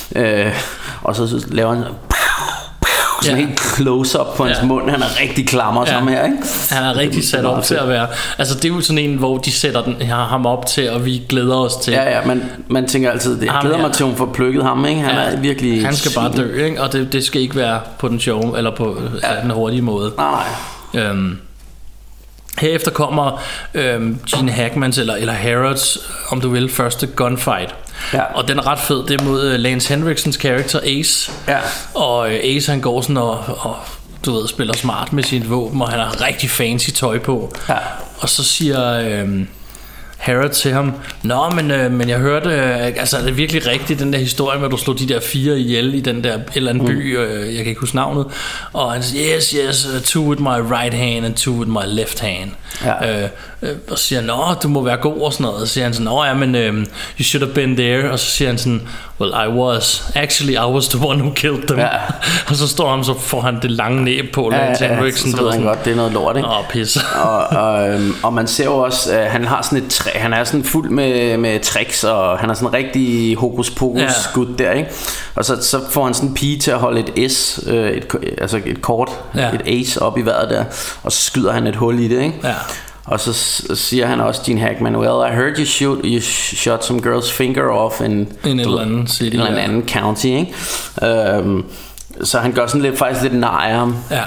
Og så laver han sådan helt close-up på hans mund. Han er rigtig klammer sammen her, ikke? Han er rigtig sat op til at være. Altså det er jo sådan en, hvor de sætter ham op til, og vi glæder os til. Ja, man tænker altid, jeg glæder mig til, hun får plukket ham, ikke? Han er virkelig. Han skal bare dø, ikke? Og det skal ikke være på den sjove eller på den hurtige måde. Nej. Herefter kommer Gene Hackmans eller Harrods, om du vil, første gunfight. Ja. Og den er ret fed. Det er mod Lance Henriksens karakter Ace. Ja. Og Ace han går sådan og du ved, spiller smart med sit våben, og han har rigtig fancy tøj på. Ja. Og så siger Harrod til ham, nå, men jeg hørte, altså er det virkelig rigtigt, den der historie med, at du slog de der 4 ihjel i den der eller anden by, jeg kan ikke huske navnet. Og han siger, yes, 2 with my right hand and 2 with my left hand. Ja. Og så siger han, nå, du må være god og sådan noget. Og så siger han sådan, nå ja, men you should have been there. Og så siger han sådan, well, I was the one who killed them. Ja. Og så står han, så får han det lange næb på Lance Henriksen. Så ved han godt, det er noget lort, ikke? Pisse. og man ser jo også, han har sådan han er sådan fuld med tricks, og han er sådan en rigtig hokus pokus skud der, ikke? Og så får han sådan en pige til at holde et S, altså et kort, et ace op i vejret der, og så skyder han et hul i det, ikke? Ja. Og så siger han også, Gene Hackman, well, I heard you shot some girl's finger off in et eller andet city, en anden county, ikke? Så han gør sådan faktisk lidt nar af ham. Ja.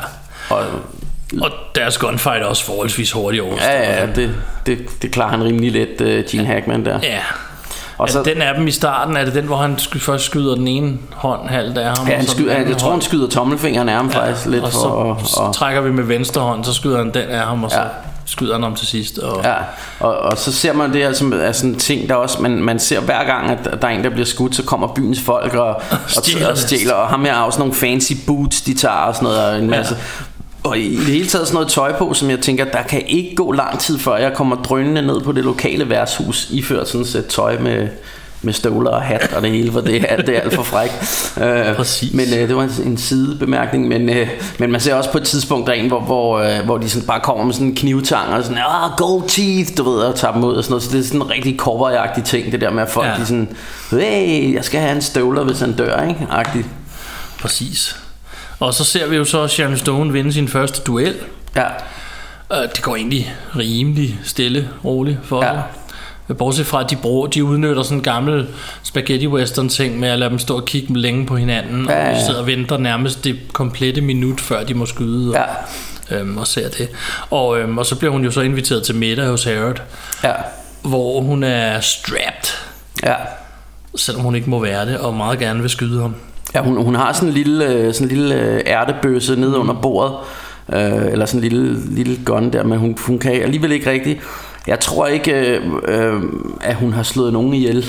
Og deres gunfight er også forholdsvis hurtigt overstået. Ja, det klarer han rimelig let, Gene Hackman der. Ja. Og så, den af dem i starten, er det den, hvor han først skyder den ene hånd halvt af ham? Ja, jeg tror han skyder tommelfingeren af ham faktisk lidt. Og så trækker vi med venstre hånd, så skyder han den af ham, og så skyder han om til sidst. Og så ser man det er sådan en ting, der også man ser hver gang, at der er en, der bliver skudt, så kommer byens folk og stjæler. Og ham her har også nogle fancy boots, de tager og sådan noget, og en masse. Og i det hele taget sådan noget tøj på, som jeg tænker, der kan ikke gå lang tid før jeg kommer drønende ned på det lokale værtshus, iført sådan et sæt tøj med støvler og hat og det hele, for det er alt for frækt. Præcis. Men det var en sidebemærkning, men man ser også på et tidspunkt derinde, hvor de sådan bare kommer med sådan en knivtang og sådan, gold teeth, du ved, og tager dem ud og sådan noget. Så det er sådan en rigtig cowboy-agtig ting, det der med at folk de sådan, hey, jeg skal have en støvler, hvis han dør, ikke? Agtigt. Præcis. Og så ser vi jo så Sharon Stone vinde sin første duel. Ja. Det går egentlig rimelig stille, roligt for sig. Bortset fra, at de udnytter sådan en gammel spaghetti western ting med at lade dem stå og kigge længe på hinanden, og de sidder og venter nærmest det komplette minut, før de må skyde, og ser det. Og så bliver hun jo så inviteret til middag hos Harrod, hvor hun er strapped, selvom hun ikke må være det, og meget gerne vil skyde ham. Ja, hun har sådan en lille ærtebøsse nede under bordet, eller sådan en lille gun der, men hun kan alligevel ikke rigtigt. Jeg tror ikke, at hun har slået nogen ihjel.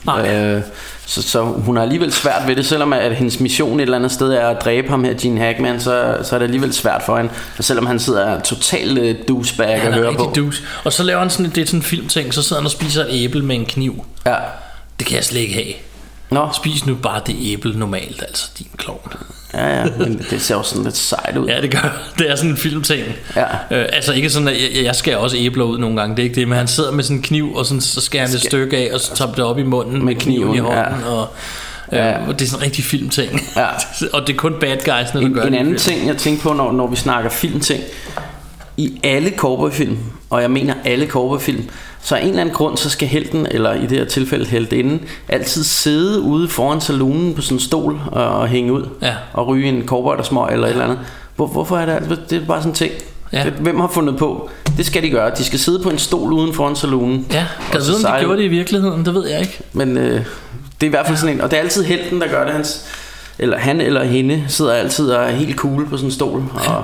Så hun har alligevel svært ved det, selvom at hendes mission et eller andet sted er at dræbe ham her, Gene Hackman, så er det alligevel svært for hende, selvom han sidder totalt douchebag at høre på. Og så laver han sådan en filmting, så sidder han og spiser et æble med en kniv. Ja. Det kan jeg slet ikke have. Nå. Spis nu bare det æble normalt, altså din klovn. Ja, men det ser jo sådan lidt sejt ud. Ja, det gør. Det er sådan en filmting. Altså ikke sådan, at jeg skærer også æbler ud nogle gange, det er ikke det, men han sidder med sådan en kniv, og sådan, så skærer han et stykke af, og så tager det op i munden med kniven i hånden, og det er sådan en rigtig filmting. Ja. Og det er kun bad guys, når du gør det. En anden ting, jeg tænker på, når vi snakker filmting, i alle cowboyfilm, og jeg mener alle cowboyfilm, så af en eller anden grund, så skal helten, eller i det her tilfælde heltinden, altid sidde ude foran saloonen på sådan en stol og hænge ud, og ryge en cowboy-smøg eller et eller andet. Hvorfor er det? Det er bare sådan en ting. Hvem har fundet på? Det skal de gøre. De skal sidde på en stol uden foran saloonen. Ja, kan du vide, om de gjorde det i virkeligheden? Det ved jeg ikke. Men det er i hvert fald sådan en, og det er altid helten, der gør det. Han eller hende sidder altid og er helt cool på sådan en stol.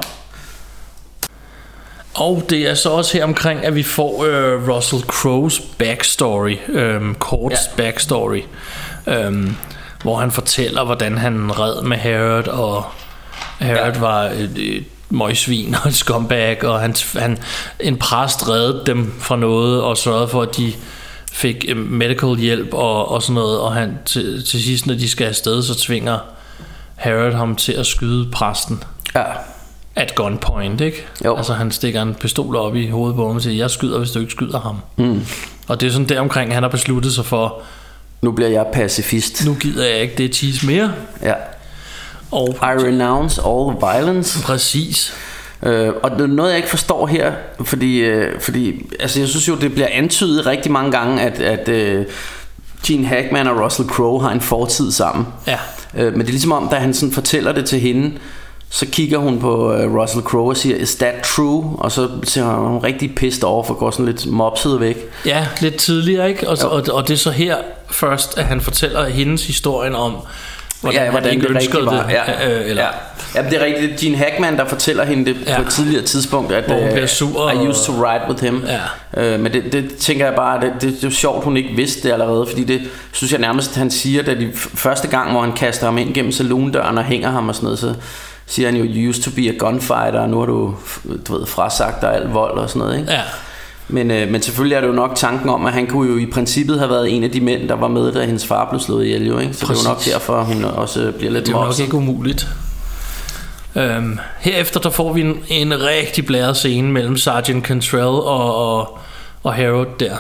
Og det er så også her omkring, at vi får Russell Crowe's backstory, Court's backstory, hvor han fortæller, hvordan han red med Herod, og Herod var et møgsvin og et scumbag, og en præst reddede dem fra noget og sørgede for, at de fik medical hjælp og sådan noget, og han til sidst, når de skal afsted, så tvinger Herod ham til at skyde præsten. Ja. At gunpoint, ikke? Jo. Altså han stikker en pistol op i hovedet på ham og siger, jeg skyder, hvis du ikke skyder ham. Og det er sådan deromkring, han har besluttet sig for, nu bliver jeg pacifist. Nu gider jeg ikke det cheese mere. Ja. Og I renounce all violence. Præcis. Og noget jeg ikke forstår her, fordi altså jeg synes jo det bliver antydet rigtig mange gange, at Gene Hackman og Russell Crowe har en fortid sammen. Ja. Men det er ligesom om, da han sådan fortæller det til hende, så kigger hun på Russell Crowe og siger, is that true? Og så ser hun rigtig pissed off og går sådan lidt mopset væk. Ja, lidt tidligere, ikke? Og det er så her først, at han fortæller hendes historien om, hvordan det ønskede det. Ja, det er rigtigt. Gene Hackman, der fortæller hende det på et tidligere tidspunkt, at hun bliver sur, I used to ride with him. Ja. Men det tænker jeg bare, det er jo sjovt, hun ikke vidste det allerede, fordi det synes jeg nærmest, han siger, da de første gang, hvor han kaster ham ind gennem saloondøren og hænger ham og sådan noget, så siger han jo, you used to be a gunfighter, og nu har du ved, frasagt dig al vold og sådan noget, ikke? Ja. Men selvfølgelig er det jo nok tanken om, at han kunne jo i princippet have været en af de mænd, der var med, da hendes far blev slået ihjel, jo, ikke? Så præcis. Det er jo nok derfor, hun også bliver lidt det er nok ikke umuligt. Herefter der får vi en rigtig blæret scene mellem Sergeant Cantrell og Herod der,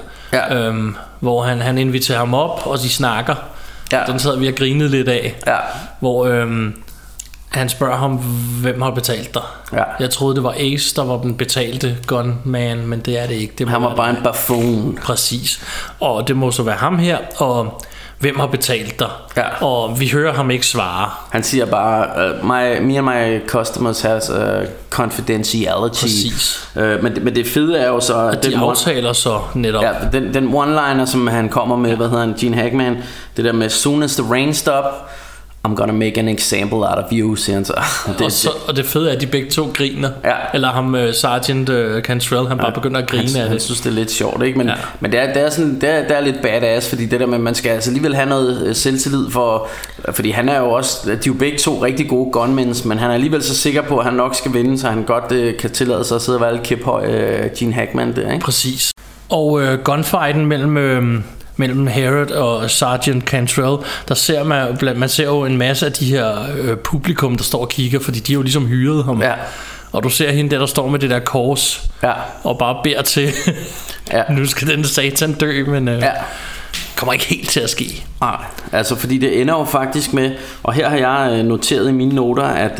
hvor han inviterer ham op, og de snakker. Den sad vi og grinede lidt af, hvor han spørger ham, hvem har betalt dig. Jeg troede det var Ace, der var den betalte gunman, men det er det ikke. Han var bare en buffoon. Præcis. Og det må så være ham her, og hvem har betalt dig? Og vi hører ham ikke svare. Han siger bare, me and my customers has confidentiality. Præcis. Men det fede er jo så, at de aftaler så netop. Ja, den one-liner, som han kommer med, hvad hedder han, Gene Hackman, det der med soon as the rain stop, I'm gonna make an example out of you, siger han så. Og det fede er, at de begge to griner. Eller ham, Sergeant Cantrell, han bare begynder at grine af det. Han synes, det er lidt sjovt, ikke? Men det er sådan, det er lidt badass, fordi det der med, man skal altså alligevel have noget selvtillid for, fordi han er jo også, de er jo begge to rigtig gode gunmen, men han er alligevel så sikker på, at han nok skal vinde, så han godt kan tillade sig at sidde og være lidt kæphøj, Gene Hackman der, ikke? Præcis. Og gunfighten mellem Herod og Sergeant Cantrell, der ser man ser jo en masse af de her publikum, der står og kigger, fordi de jo ligesom hyrede ham. Og du ser hende der står med det der kors og bare beder til nu skal den satan dø, men kommer ikke helt til at ske. Nej, altså fordi det ender jo faktisk med, og her har jeg noteret i mine noter, at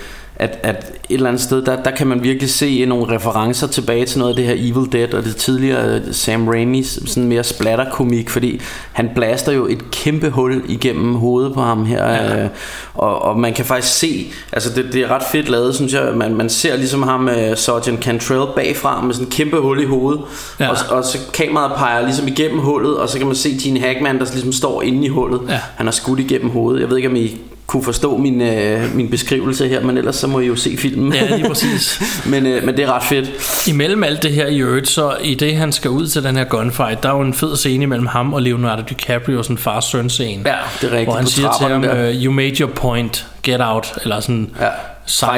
et eller andet sted, der kan man virkelig se nogle referencer tilbage til noget af det her Evil Dead og det tidligere Sam Raimi, sådan mere splatterkomik, fordi han blaster jo et kæmpe hul igennem hovedet på ham her, og man kan faktisk se, altså det er ret fedt lavet, synes jeg, man ser ligesom ham, Sergeant Cantrell bagfra med sådan et kæmpe hul i hovedet, og så kameraet peger ligesom igennem hullet, og så kan man se Gene Hackman, der ligesom står inde i hullet, han har skudt igennem hovedet. Jeg ved ikke, om I kunne forstå min beskrivelse her, men ellers så må I jo se filmen. Ja, lige præcis. men det er ret fedt. Imellem alt det her i øvrigt, så i det han skal ud til den her gunfight, der er jo en fed scene mellem ham og Leonardo DiCaprio, sådan en far-søn scene. Ja, det er rigtigt. Hvor han siger til ham, you made your point, get out, eller sådan træk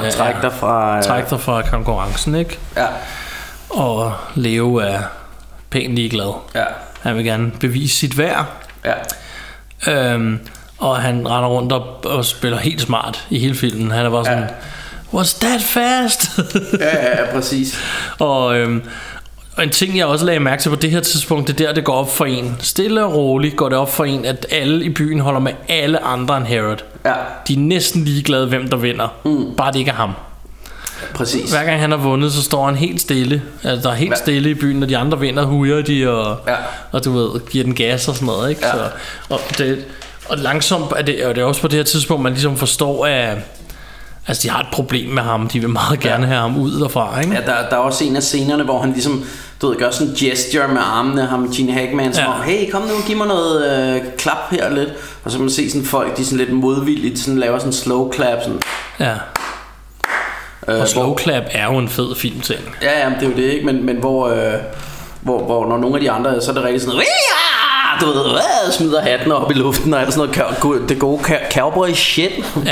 dig fra konkurrencen, ikke? Ja. Og Leo er pænt ligeglad. Ja. Han vil gerne bevise sit værd. Ja. Og han render rundt og spiller helt smart i hele filmen. Han er bare sådan, was that fast? ja, præcis. Og en ting jeg også lagde mærke til på det her tidspunkt, det der det går op for en. Stille og roligt går det op for en, at alle i byen holder med alle andre end Herod. Ja. De er næsten ligeglade hvem der vinder. Bare det ikke er ham. Præcis. Hver gang han har vundet, så står han helt stille. Altså der er helt stille i byen, når de andre vinder, hujer de og du ved, giver den gas og sådan noget, ikke? Så, og langsomt er det også på det her tidspunkt, man ligesom forstår, at altså de har et problem med ham. De vil meget gerne have ham ud derfra, ikke? Ja, der er også en af scenerne, hvor han ligesom, du ved, gør sådan en gesture med armene, ham Gene Hackman, som om, hey, kom nu, giv mig noget klap her lidt. Og så kan man se sådan folk, de sådan lidt modvilligt sådan laver sådan en slow clap sådan. Ja. Og slow clap er jo en fed filmting. Ja, det er jo det, ikke? Men hvor når nogle af de andre, så er det rigtig sådan du ved, smider hatten op i luften, og er der sådan noget det gode cowboy shit. Ja.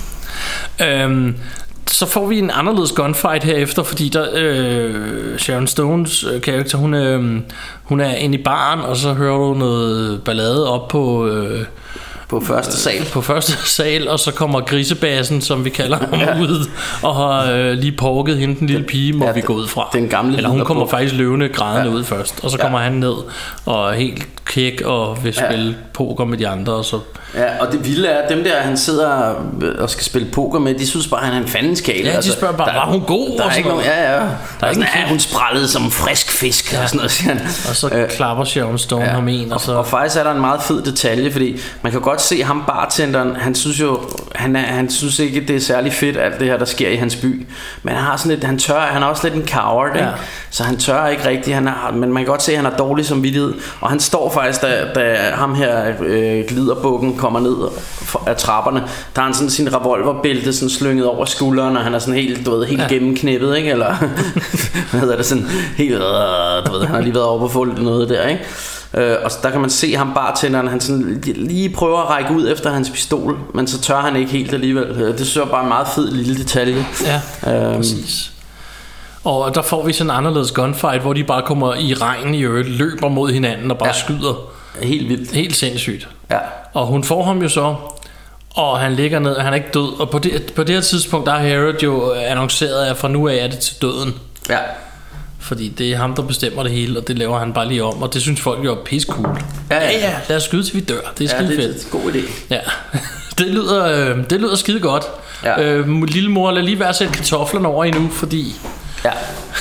Så får vi en anderledes gunfight herefter, fordi der Sharon Stones karakter, hun er inde i baren, og så hører du noget ballade op på første sal, og så kommer grisebassen, som vi kalder ham, ud og har lige porket hende, den lille pige, må vi gå ud fra. Den gamle. Eller hun kommer faktisk løvende grædende ud først, og så kommer han ned og er helt kæk og vil spille poker med de andre, og så. Ja, og det vilde er, at dem der, han sidder og skal spille poker med, de synes bare, han er en fandenskale. Ja, de spørger bare, var hun god? Der er ikke nogen, der er sådan, hun sprællede som frisk fisk, og sådan noget, siger han. Og så klapper Sharon Stone ham en, og så. Og faktisk er der en meget fed detalje, fordi man kan godt se ham bartenderen, han synes jo, han synes ikke, det er særlig fedt, alt det her, der sker i hans by. Men han har sådan lidt, han er også lidt en coward, ikke? Så han tør ikke rigtigt, men man kan godt se, at han har dårlig samvittighed. Og han står faktisk, da ham her gliderbukken kommer ned af trapperne, der har han sådan sin revolverbælte sådan slynget over skulderen, og han er sådan helt, du ved, helt gennemknippet, ikke? Eller hvad hedder det, sådan helt, du ved, han har lige været over på få noget der, ikke? Og der kan man se ham bartenderen, han sådan lige prøver at række ud efter hans pistol, men så tør han ikke helt alligevel. Det synes jeg bare en meget fed lille detalje. Ja, præcis. Og der får vi sådan en anderledes gunfight, hvor de bare kommer i regn i øvrigt, løber mod hinanden og bare skyder. Helt vildt. Helt sindssygt. Ja. Og hun får ham jo så, og han ligger ned, og han er ikke død. Og på det her tidspunkt, der har Herod jo annonceret, at fra nu af er det til døden. Ja. Fordi det er ham, der bestemmer det hele, og det laver han bare lige om. Og det synes folk jo er pisse cool. Ja, lad os skyde til vi dør. Det er skide fedt. Det er en god idé. Ja. Det lyder skide godt. Ja. Lille mor, lad lige være at sætte kartoflerne over endnu, fordi ja.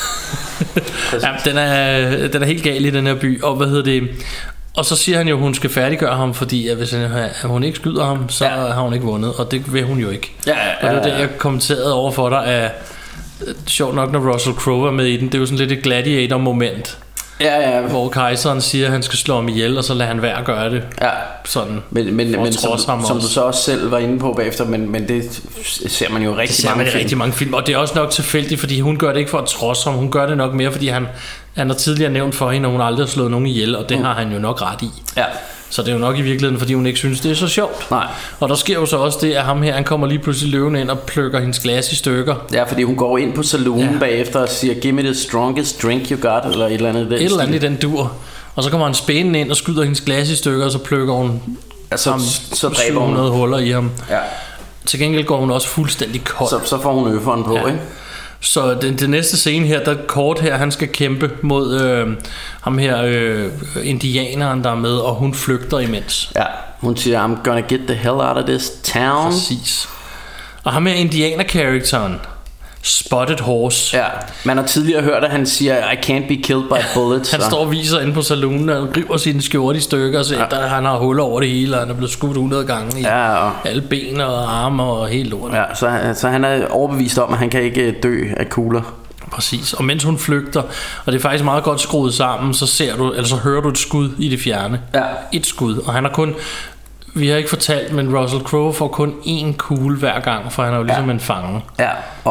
Den er helt gal i den her by. Og hvad hedder det? Og så siger han jo, at hun skal færdiggøre ham, fordi at hvis hun ikke skyder ham, så har hun ikke vundet. Og det vil hun jo ikke. Og det var det, jeg kommenterede over for dig, at sjovt nok, når Russell Crowe er med i den, det er jo sådan lidt et gladiator-moment. Ja. Hvor kejseren siger, at han skal slå ham ihjel, og så lader han være at gøre det. Ja. Sådan. Men som du så også selv var inde på bagefter, men det ser man jo rigtig mange film. Og det er også nok tilfældigt, fordi hun gør det ikke for at trodse ham. Hun gør det nok mere, fordi han har tidligere nævnt for hende, at hun aldrig har slået nogen ihjel, og det har han jo nok ret i. Ja. Så det er jo nok i virkeligheden, fordi hun ikke synes, det er så sjovt. Nej. Og der sker jo så også det, at ham her, han kommer lige pludselig løvende ind og plukker hendes glas i stykker. Ja, fordi hun går ind på saloonen bagefter og siger, give me the strongest drink you got, eller et eller andet i den et eller andet i den dur. Og så kommer han spænende ind og skyder hendes glas i stykker, og så plukker hun så dræber hun noget huller i ham. Ja. Til gengæld går hun også fuldstændig kold. Så får hun øfferen på, ikke? Så den næste scene her, der Kort her, han skal kæmpe mod ham her indianeren, der er med, og hun flygter imens. Ja, hun siger, I'm gonna get the hell out of this town. Præcis. Og ham her indianer-karakteren, Spotted Horse. Ja, man har tidligere hørt, at han siger, I can't be killed by bullets. Han står og viser inde på saloonen og river sine skjorte i stykker, så han har huller over det hele, og han er blevet skudt 100 gange i alle ben og arme og helt lort. Ja, så han er overbevist om, at han kan ikke dø af kugler. Præcis, og mens hun flygter, og det er faktisk meget godt skruet sammen, så hører du et skud i det fjerne. Ja. Et skud, og han har kun... Vi har ikke fortalt, men Russell Crowe får kun én kugle hver gang, for han er jo ligesom en fange. Ja,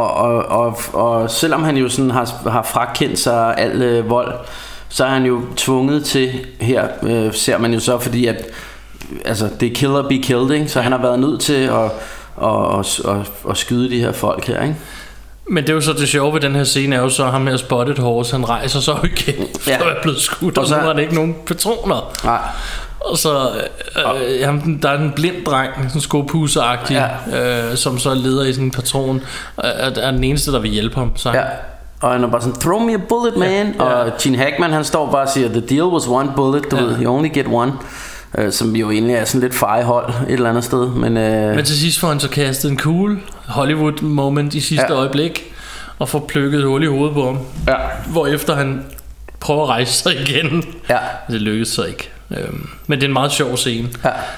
og selvom han jo sådan har frakendt sig al vold, så er han jo tvunget til, her ser man jo så, fordi at altså, det er kill or be killed, ikke? Så han har været nødt til at skyde de her folk her, ikke? Men det er jo så det sjove ved den her scene, er jo så ham her Spotted Horse, han rejser så igen, for at er blevet skudt, og så har han ikke nogen patroner. Nej. Og så der er en blind dreng, sådan skopusseagtig, som så leder i sådan en patron, er den eneste, der vil hjælpe ham. Så og han er bare sådan, throw me a bullet, man. Og Gene Hackman, han står bare og siger, the deal was one bullet, du ved, you only get one. Som jo egentlig er sådan lidt fejehold et eller andet sted. Men til sidst får han så kastet en cool Hollywood moment i sidste øjeblik, og får plukket hul i hovedet på ham. Hvorefter han prøver at rejse sig igen. Det lykkedes så ikke. Men det er en meget sjov scene.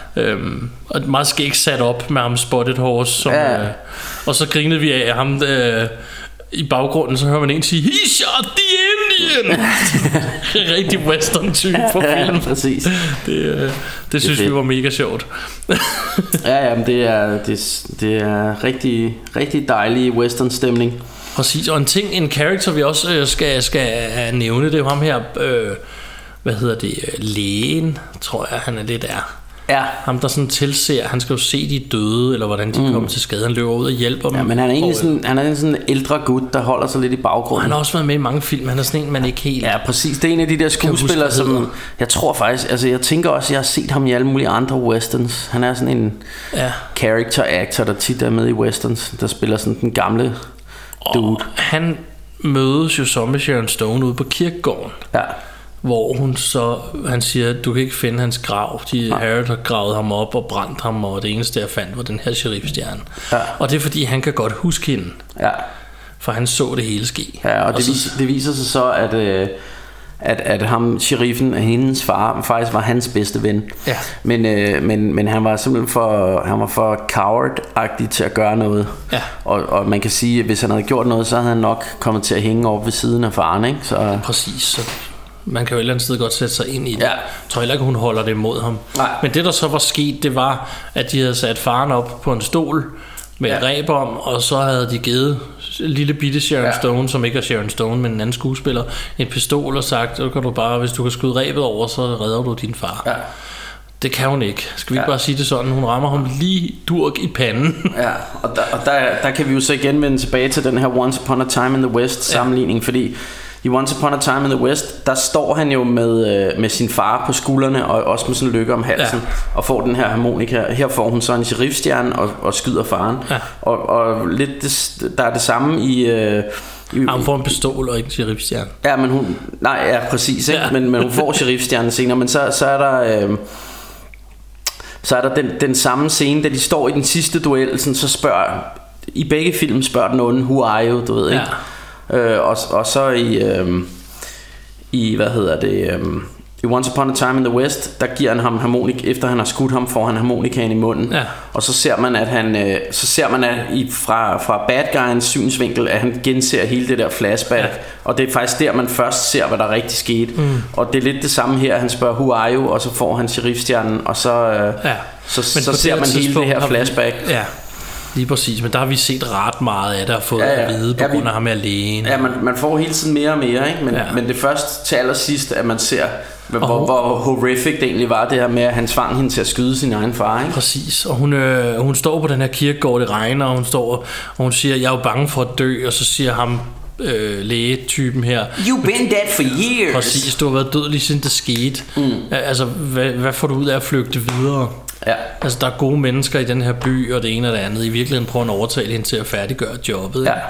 Og meget skægt sat op med ham Spotted Horse som, og så grinede vi af ham i baggrunden, så hører man en sige, he shot the Indian. Rigtig western type på film. Præcis. Det synes vi var mega sjovt. Men det er rigtig, rigtig dejlig western stemning. Præcis. Og en character vi også skal nævne, det er jo ham her lægen, tror jeg han er lidt er. Ja. Ham der sådan tilser, han skal jo se de døde, eller hvordan de kommer til skade. Han løber ud og hjælper dem. Ja, men han er egentlig sådan en ældre gut, der holder sig lidt i baggrunden. Han har også været med i mange film. Han er sådan en, man ikke helt... Ja, præcis. Det er en af de der skuespillere, som... Jeg tror faktisk... Altså, jeg tænker også, jeg har set ham i alle mulige andre westerns. Han er sådan en character actor, der tit er med i westerns, der spiller sådan den gamle dude. Og han mødes jo så med Sharon Stone ude på kirkegården. Ja. Hvor han siger, at du kan ikke finde hans grav. Harrod har gravet ham op og brændt ham, og det eneste jeg fandt var den her sheriffstjerne. Ja. Og det er fordi han kan godt huske hende. Ja. For han så det hele ske. Ja, og det viser sig så, at ham, sheriffen af hendes far, faktisk var hans bedste ven. Ja. Men han var simpelthen for coward-agtig til at gøre noget. Ja. Og man kan sige, at hvis han havde gjort noget, så havde han nok kommet til at hænge op ved siden af faren, ikke? Så... Præcis, så man kan jo et eller andet sted godt sætte sig ind i det. Jeg tror heller ikke, hun holder det imod ham. Nej. Men det der så var sket, det var, at de havde sat faren op på en stol med et reb om, og så havde de givet lille bitte Sharon Stone, som ikke er Sharon Stone, men en anden skuespiller, en pistol og sagt, så kan du bare, hvis du kan skyde rebet over, så redder du din far. Ja. Det kan hun ikke. Skal vi ikke bare sige det sådan? Hun rammer ham lige durk i panden. Ja, og der kan vi jo så igen vende tilbage til den her Once Upon a Time in the West sammenligning, fordi i Once Upon a Time in the West, der står han jo med sin far på skuldrene og også med sådan en lykke om halsen og får den her harmonika. Her får hun så en sheriffstjerne og skyder faren. Og lidt der er det samme i hun får en pistol og ikke en sheriffstjerne. Ja, men hun præcis, ikke? Men hun får sheriffstjernen senere, men så er der så er der den samme scene, da de står i den sidste duel, sådan, så spørger i begge film spørger den onde, who are you, du ved, ikke? Og så i hvad hedder det, i Once Upon a Time in the West, der giver han ham harmonik, efter han har skudt ham, får han harmonikaen i munden. Og så ser man at han fra bad guyens synsvinkel, at han genser hele det der flashback. Og det er faktisk der man først ser, hvad der rigtig skete. Og det er lidt det samme her. Han spørger who are you, og så får han sheriffstjernen, og så ser man hele det her flashback. Lige præcis, men der har vi set ret meget af det og fået at vide på grund af ham alene. Ja, man får hele tiden mere og mere, ikke? Men det først til allersidst, at man ser hvor horrific det egentlig var, det her med at han tvang hende til at skyde sin egen far, ikke? Præcis, og hun står på den her kirkegård, det regner, og hun siger, jeg er jo bange for at dø, og så siger ham lægetypen her, you've been dead for years. Præcis, du har været død lige siden det skete. Altså, hvad får du ud af at flygte videre? Ja. Altså, der er gode mennesker i den her by, og det ene og det andet. I virkeligheden prøver at overtale hende til at færdiggøre jobbet. Ja.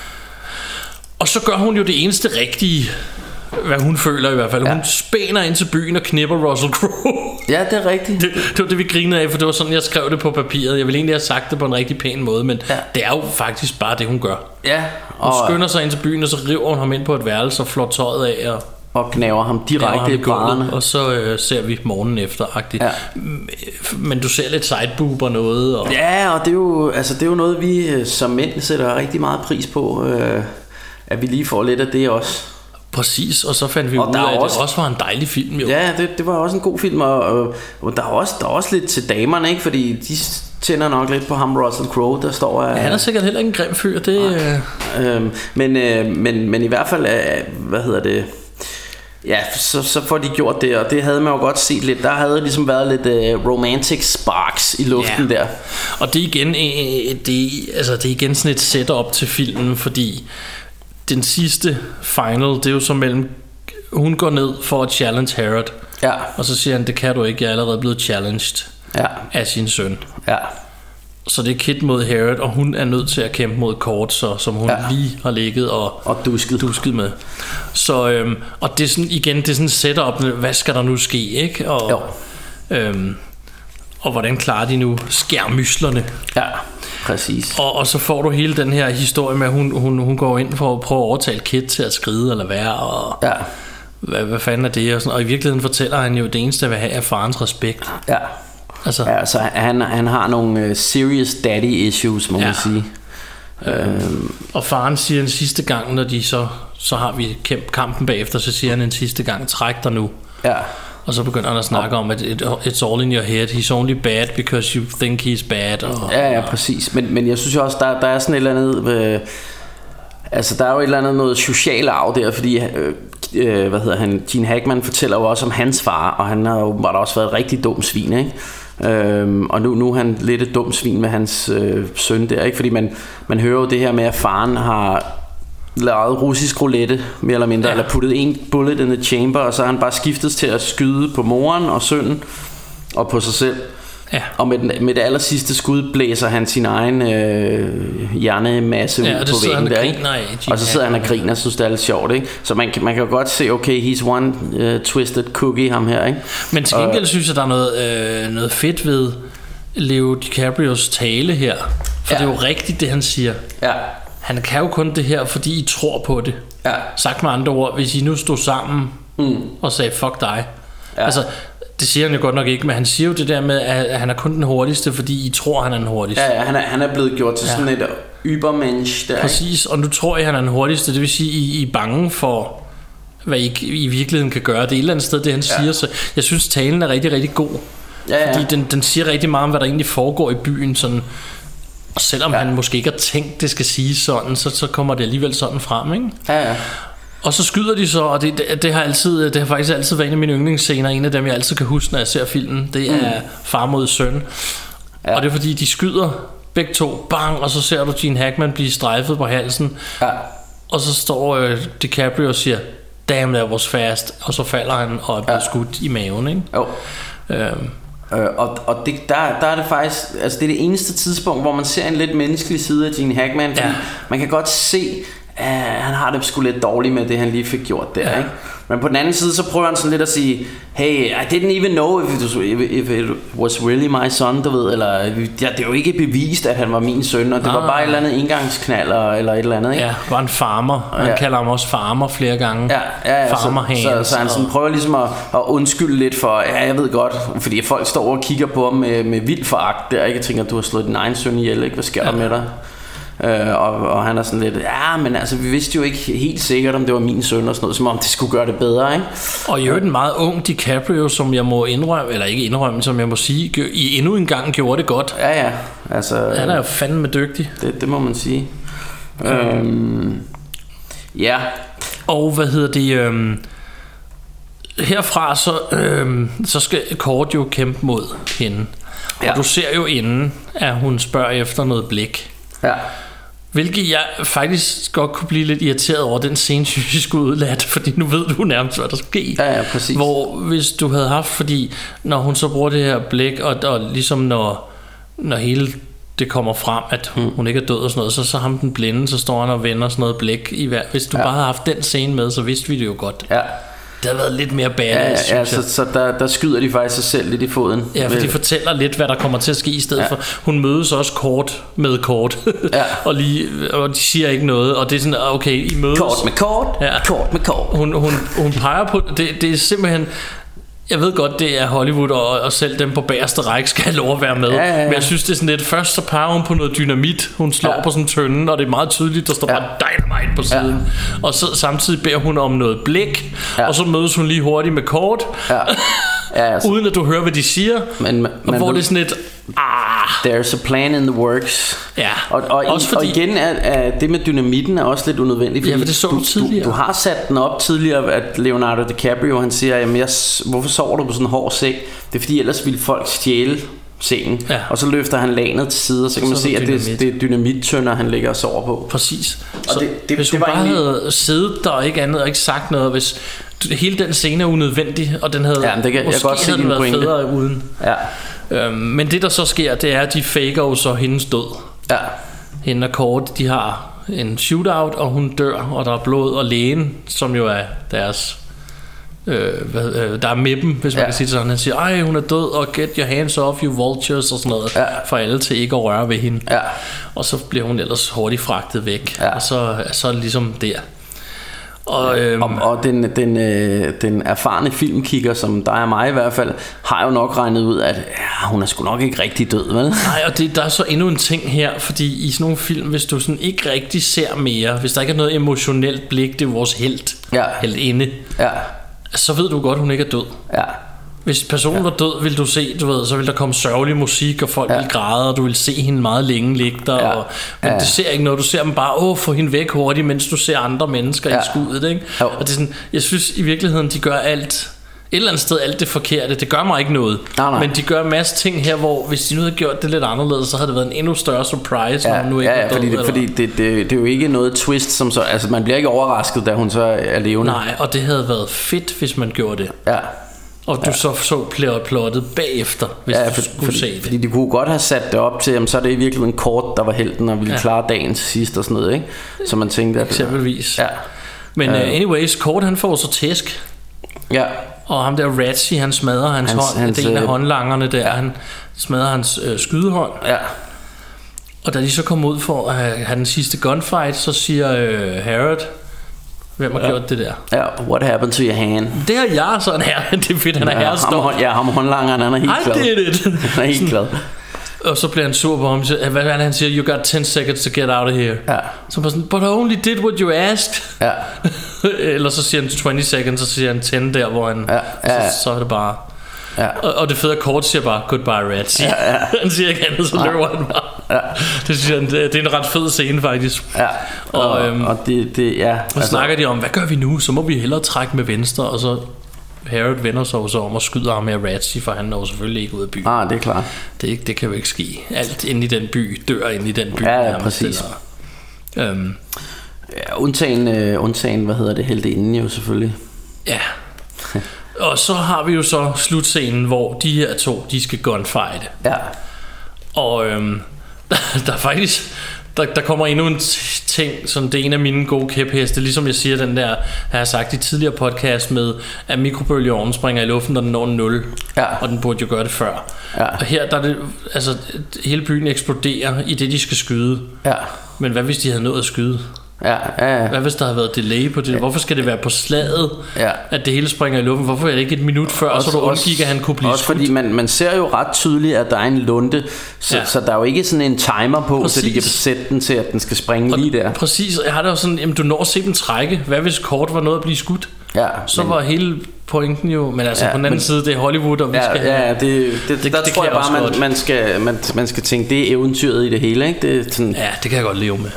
Og så gør hun jo det eneste rigtige, hvad hun føler i hvert fald. Hun spænder ind til byen og knipper Russell Crowe. Ja, det er rigtigt. Det var det, vi grinede af, for det var sådan, jeg skrev det på papiret. Jeg ville egentlig have sagt det på en rigtig pæn måde, men det er jo faktisk bare det, hun gør. Ja. Hun skynder sig ind til byen, og så river hun ham ind på et værelse og flår tøjet af og gnaver ham direkte i brædderne. Og så ser vi morgenen efter-agtigt. Ja. Men du ser lidt sideboob og noget. Ja, og det er jo noget, vi som mænd sætter rigtig meget pris på, at vi lige får lidt af det også. Præcis, og så fandt vi ud af, at det også var en dejlig film. Jo. Ja, det var også en god film, og der er også lidt til damerne, ikke? Fordi de tænder nok lidt på ham, Russell Crowe, der står... han er sikkert heller ikke en grim fyr, det... Men i hvert fald, hvad hedder det... Ja, så får de gjort det, og det havde man jo godt set lidt. Der havde ligesom været lidt romantic sparks i luften der. Og det er igen, det er igen sådan et setup til filmen, fordi den sidste final, det er jo så mellem, hun går ned for at challenge Harrod, og så siger han, det kan du ikke, jeg er allerede blevet challenged af sin søn. Ja. Så det er Kit mod Harrod, og hun er nødt til at kæmpe mod Court, som hun lige har ligget og dusket med. Så og det er sådan igen, det er sådan setup, hvad skal der nu ske, ikke? Og hvordan klarer de nu skærmyslerne? Ja, præcis. Og så får du hele den her historie med, at hun går ind for at prøve at overtale Kit til at skride eller være, og hvad fanden er det? Og i virkeligheden fortæller han jo, det eneste at vil have er farens respekt. Ja. Altså han har nogle serious daddy issues, må man sige. Og faren siger en sidste gang, når de så har vi kampen bagefter, så siger han en sidste gang, træk dig nu. Ja. Og så begynder han at snakke om, at it's all in your head. He's only bad because you think he's bad. Ja, præcis. Men jeg synes jo også, der er sådan et eller andet... Altså der er jo et eller andet noget social arv der, fordi Gene Hackman fortæller jo også om hans far, og han har jo bare også været et rigtig dum svin, ikke? Og nu er han lidt et dumt svin med hans søn der, ikke? Fordi man hører jo det her med, at faren har lavet russisk roulette mere eller mindre, eller puttet en bullet in the chamber, og så har han bare skiftet til at skyde på moren og sønnen og på sig selv. Ja. Og med det aller sidste skud blæser han sin egen hjernemasse ud på væggen der, ikke? Og så sidder han og griner og synes det er lidt sjovt, ikke? Så man kan jo godt se, okay, he's one twisted cookie, ham her, ikke? Men til gengæld synes jeg der er noget fedt ved Leo DiCaprios tale her. For det er jo rigtigt det han siger. Ja. Han kan jo kun det her fordi I tror på det. Ja. Sagt med andre ord, hvis I nu stod sammen og sagde fuck dig. Altså det siger han jo godt nok ikke, men han siger jo det der med, at han er kun den hurtigste, fordi I tror, han er den hurtigste. Ja, han er blevet gjort til sådan et übermensch der. Præcis, og nu tror jeg, han er den hurtigste. Det vil sige, I er bange for, hvad I virkeligheden kan gøre. Det er et eller andet sted, det han siger. Så jeg synes, talen er rigtig, rigtig god. Fordi den siger rigtig meget om, hvad der egentlig foregår i byen. Sådan. Og selvom han måske ikke har tænkt, det skal sige sådan, så kommer det alligevel sådan frem, ikke? Ja. Og så skyder de så, og det har faktisk altid været en af mine yndlingsscener. En af dem jeg altid kan huske, når jeg ser filmen. Det er far mod søn. Og det er fordi de skyder begge to, bang, og så ser du Gene Hackman blive strejfet på halsen. Og så står DiCaprio og siger damn, that was fast. Og så falder han og er blevet skudt i maven, ikke? Jo. Og der er det faktisk, altså det er det eneste tidspunkt, hvor man ser en lidt menneskelig side af Gene Hackman, fordi man kan godt se, han har det sgu lidt dårligt med det han lige fik gjort der, ikke? Men på den anden side så prøver han sådan lidt at sige, hey, I didn't even know if it was really my son, du ved, eller det er jo ikke bevist at han var min søn, og det var bare et eller andet engangsknald eller et eller andet, ikke? Ja, var en farmer. Han kalder ham også farmer flere gange. Så han sådan prøver ligesom at undskylde lidt for, jeg ved godt, fordi folk står over og kigger på ham med vild foragt der, ikke? Jeg tænker, du har slået din egen søn ihjel, ikke? Hvad sker der med dig? Og han er sådan lidt, men altså vi vidste jo ikke helt sikkert om det var min søn og sådan noget, som om det skulle gøre det bedre, ikke? Og i øvrigt en meget ung DiCaprio, som jeg må indrømme, eller ikke indrømme, som jeg må sige, i endnu en gang gjorde det godt. Ja, altså han er jo fandme dygtig. Det må man sige. Ja. Og hvad hedder det? Herfra så skal Cord jo kæmpe mod hende. Og du ser jo inden, at hun spørger efter noget blik. Ja. Hvilket jeg faktisk godt kunne blive lidt irriteret over. Den scene synes jeg skulle udlade, fordi nu ved du nærmest hvad der sker. Ja, præcis. Hvor hvis du havde haft, fordi når hun så bruger det her blik, og ligesom når hele det kommer frem, at hun ikke er død og sådan noget, så ham den blinde, så står han og vender sådan noget blik i hver. Hvis du bare havde haft den scene med, så vidste vi det jo godt. Ja. Det havde været lidt mere badass, så der skyder de faktisk sig selv lidt i foden. Ja, for de fortæller lidt, hvad der kommer til at ske i stedet for. Hun mødes også kort med kort. Og de siger ikke noget. Og det er sådan, okay, I mødes. Kort med kort, kort med kort. Hun peger på, det er simpelthen... Jeg ved godt, det er Hollywood, og selv dem på bagerste række skal have lov at være med. Men jeg synes, det er sådan lidt... Først så peger hun på noget dynamit. Hun slår på sådan en tønde, og det er meget tydeligt, der står bare dynamite på siden. Og så samtidig beder hun om noget blik. Og så mødes hun lige hurtigt med kort. Uden at du hører, hvad de siger. Men hvor det er sådan et... There's a plan in the works. Ja. Og igen er det med dynamitten er også lidt unødvendigt, fordi det så du tidligere. Du har sat den op tidligere, at Leonardo DiCaprio han siger, jamen hvorfor sover du på sådan en hård sæk? Det er fordi ellers ville folk stjæle sengen. Og så løfter han lanet til side, og så kan man se, at det er dynamittønder han ligger og sover på. Præcis. Så hvis hun bare havde siddet der og ikke andet og ikke sagt noget, hvis hele den scene er unødvendig, og den havde måske havde den været federe uden. Men det der så sker, det er at de faker jo så hendes død. Hende og Cord, de har en shootout, og hun dør, og der er blod, og lægen, som jo er deres der er med dem, hvis man kan sige det sådan. Han siger, ej, hun er død, og get your hands off, you vultures, og sådan noget, for alle til ikke at røre ved hende. Og så bliver hun ellers hurtigt fragtet væk, og så er det ligesom der. Og den erfarne filmkigger, som dig og mig i hvert fald, har jo nok regnet ud, at hun er sgu nok ikke rigtig død, vel? Nej, og der er så endnu en ting her, fordi i sådan nogle film, hvis du sådan ikke rigtig ser mere, hvis der ikke er noget emotionelt blik, det er vores heltinde, så ved du godt, hun ikke er død. Hvis personen var død, ville du se, du ved, så ville der komme sørgelig musik, og folk ville græde, og du ville se hende meget længe ligge der. Men du ser ikke noget, du ser dem bare, få hende væk hurtigt, mens du ser andre mennesker i skuddet, ikke? Og det er sådan, jeg synes i virkeligheden, de gør alt, et eller andet sted alt det forkerte. Det gør mig ikke noget. Nej. Men de gør en masse ting her, hvor hvis de nu havde gjort det lidt anderledes, så havde det været en endnu større surprise, når hun nu ikke var død. Fordi det er jo ikke noget twist som så. Altså man bliver ikke overrasket, da hun så er levende. Nej, og det havde været fedt, hvis man gjorde det. Ja. Og du så plottet bagefter, hvis du skulle se det. Fordi de kunne godt have sat det op til, jamen, så er det i virkeligheden Kort, der var helten og ville klare dagen til sidst og sådan noget, ikke? Så man tænkte, at eksempelvis. Men anyways, Kort han får så tæsk. Ja. Og ham der Ratchy, han smadrer hans hånd. Det er en af håndlangerne der. Han smadrer hans skydehånd. Ja. Og da de så kommer ud for at have den sidste gunfight, så siger Harrod, hvem har gjort det der? Ja, what happened to your hand? Det har jeg sådan her. Det er fedt, han er herrestår. Ham håndlangeren, han er helt glad. I did it. Han er helt glad. Og så bliver han sur på ham. Hvad er det han siger? You got 10 seconds to get out of here. Ja. Så bare sådan, but I only did what you asked. Ja. Eller så siger han 20 seconds, og så siger han 10 der, hvor han så er det bare. Ja. Og det fede Kort siger bare goodbye Ratchy. Han siger ikke andet, så løber han bare. Ja. Det synes jeg, det er en ret fed scene faktisk. Ja. Og det og snakker de om, hvad gør vi nu? Så må vi hellere trække med venstre. Og så Harrod vender sig så om og skyder ham med Ratchy, for han når selvfølgelig ikke ud af byen. Det er klart. Det kan jo ikke ske. Alt inde i den by dør inde i den by. Ja, præcis. Undtagen, hvad hedder det, heltinden jo selvfølgelig. Ja. Og så har vi jo så slutscenen, hvor de her to, de skal gunfighte. Ja. Og der er faktisk der kommer endnu en ting, som det er en af mine gode kæpheste, ligesom jeg siger den der, har jeg sagt i tidligere podcast med, at mikrobølgeovnen springer i luften, når den når 0. Ja. Og den burde jo gøre det før. Ja. Og her der er det, altså hele byen eksploderer i det de skal skyde. Ja. Men hvad hvis de havde nået at skyde? Hvad hvis der havde været delay på det? Hvorfor skal det være på slaget, at det hele springer i luften? Hvorfor er det ikke et minut før, og så du undgik, at han kunne blive skudt? Fordi man ser jo ret tydeligt, at der er en lunde, så der er jo ikke sådan en timer på, så de kan sætte den til, at den skal springe lige der. Præcis, og jeg har da jo sådan, jamen du når at se dem trække. Hvad hvis Kort var nået at blive skudt? Så var hele pointen jo, men altså på den anden side, det er Hollywood, og vi skal der tror jeg bare man skal tænke, det er eventyret i det hele, ikke? Det er sådan, det kan jeg godt leve med.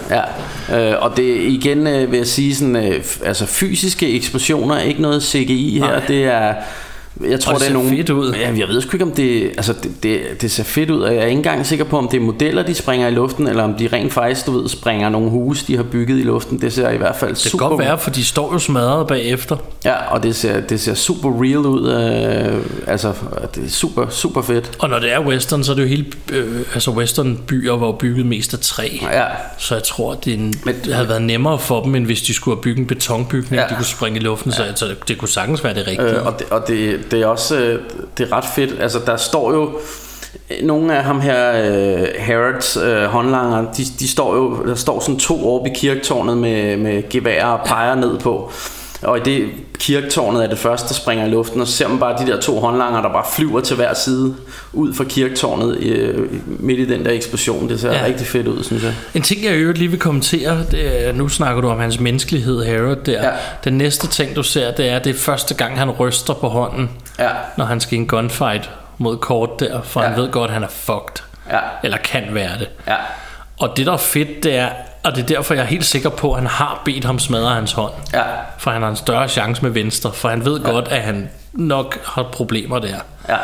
Og det igen vil jeg sige sådan, altså fysiske eksplosioner, ikke noget CGI her. Det er, jeg tror det er nogle fedt ud. Ja, jeg ved sgu ikke om det, altså det ser fedt ud, og jeg er ikke engang sikker på om det er modeller de springer i luften, eller om de rent faktisk springer nogle huse de har bygget i luften. Det ser i hvert fald super. Det kan godt være, for de står jo smadret bagefter. Ja, og det ser super real ud. Altså det er super super fedt. Og når det er western, så er det jo hele altså western byer var jo bygget mest af træ. Ja. Så jeg tror det havde været nemmere for dem, end hvis de skulle have bygget en betonbygning, de kunne springe i luften. Så det kunne sagtens være det rigtige. Og det er også det er ret fedt. Altså der står jo nogle af ham her Harrods håndlanger, de står jo, der står sådan 2 oppe i kirketårnet med gevær og peger ned på. Og i det kirketårnet er det første, der springer i luften, og så ser man bare de der 2 håndlanger, der bare flyver til hver side ud fra kirketårnet midt i den der eksplosion. Det ser rigtig fedt ud, synes jeg. En ting, jeg lige vil kommentere, det er, nu snakker du om hans menneskelighed, Harrod der. Den næste ting, du ser, det er første gang, han ryster på hånden, når han skal i en gunfight mod Kort der, for han ved godt, at han er fucked. Eller kan være det. Og det, der er fedt, det er, og det er derfor, jeg er helt sikker på, at han har bedt ham smadre hans hånd. For han har en større chance med venstre, for han ved godt, at han nok har problemer der.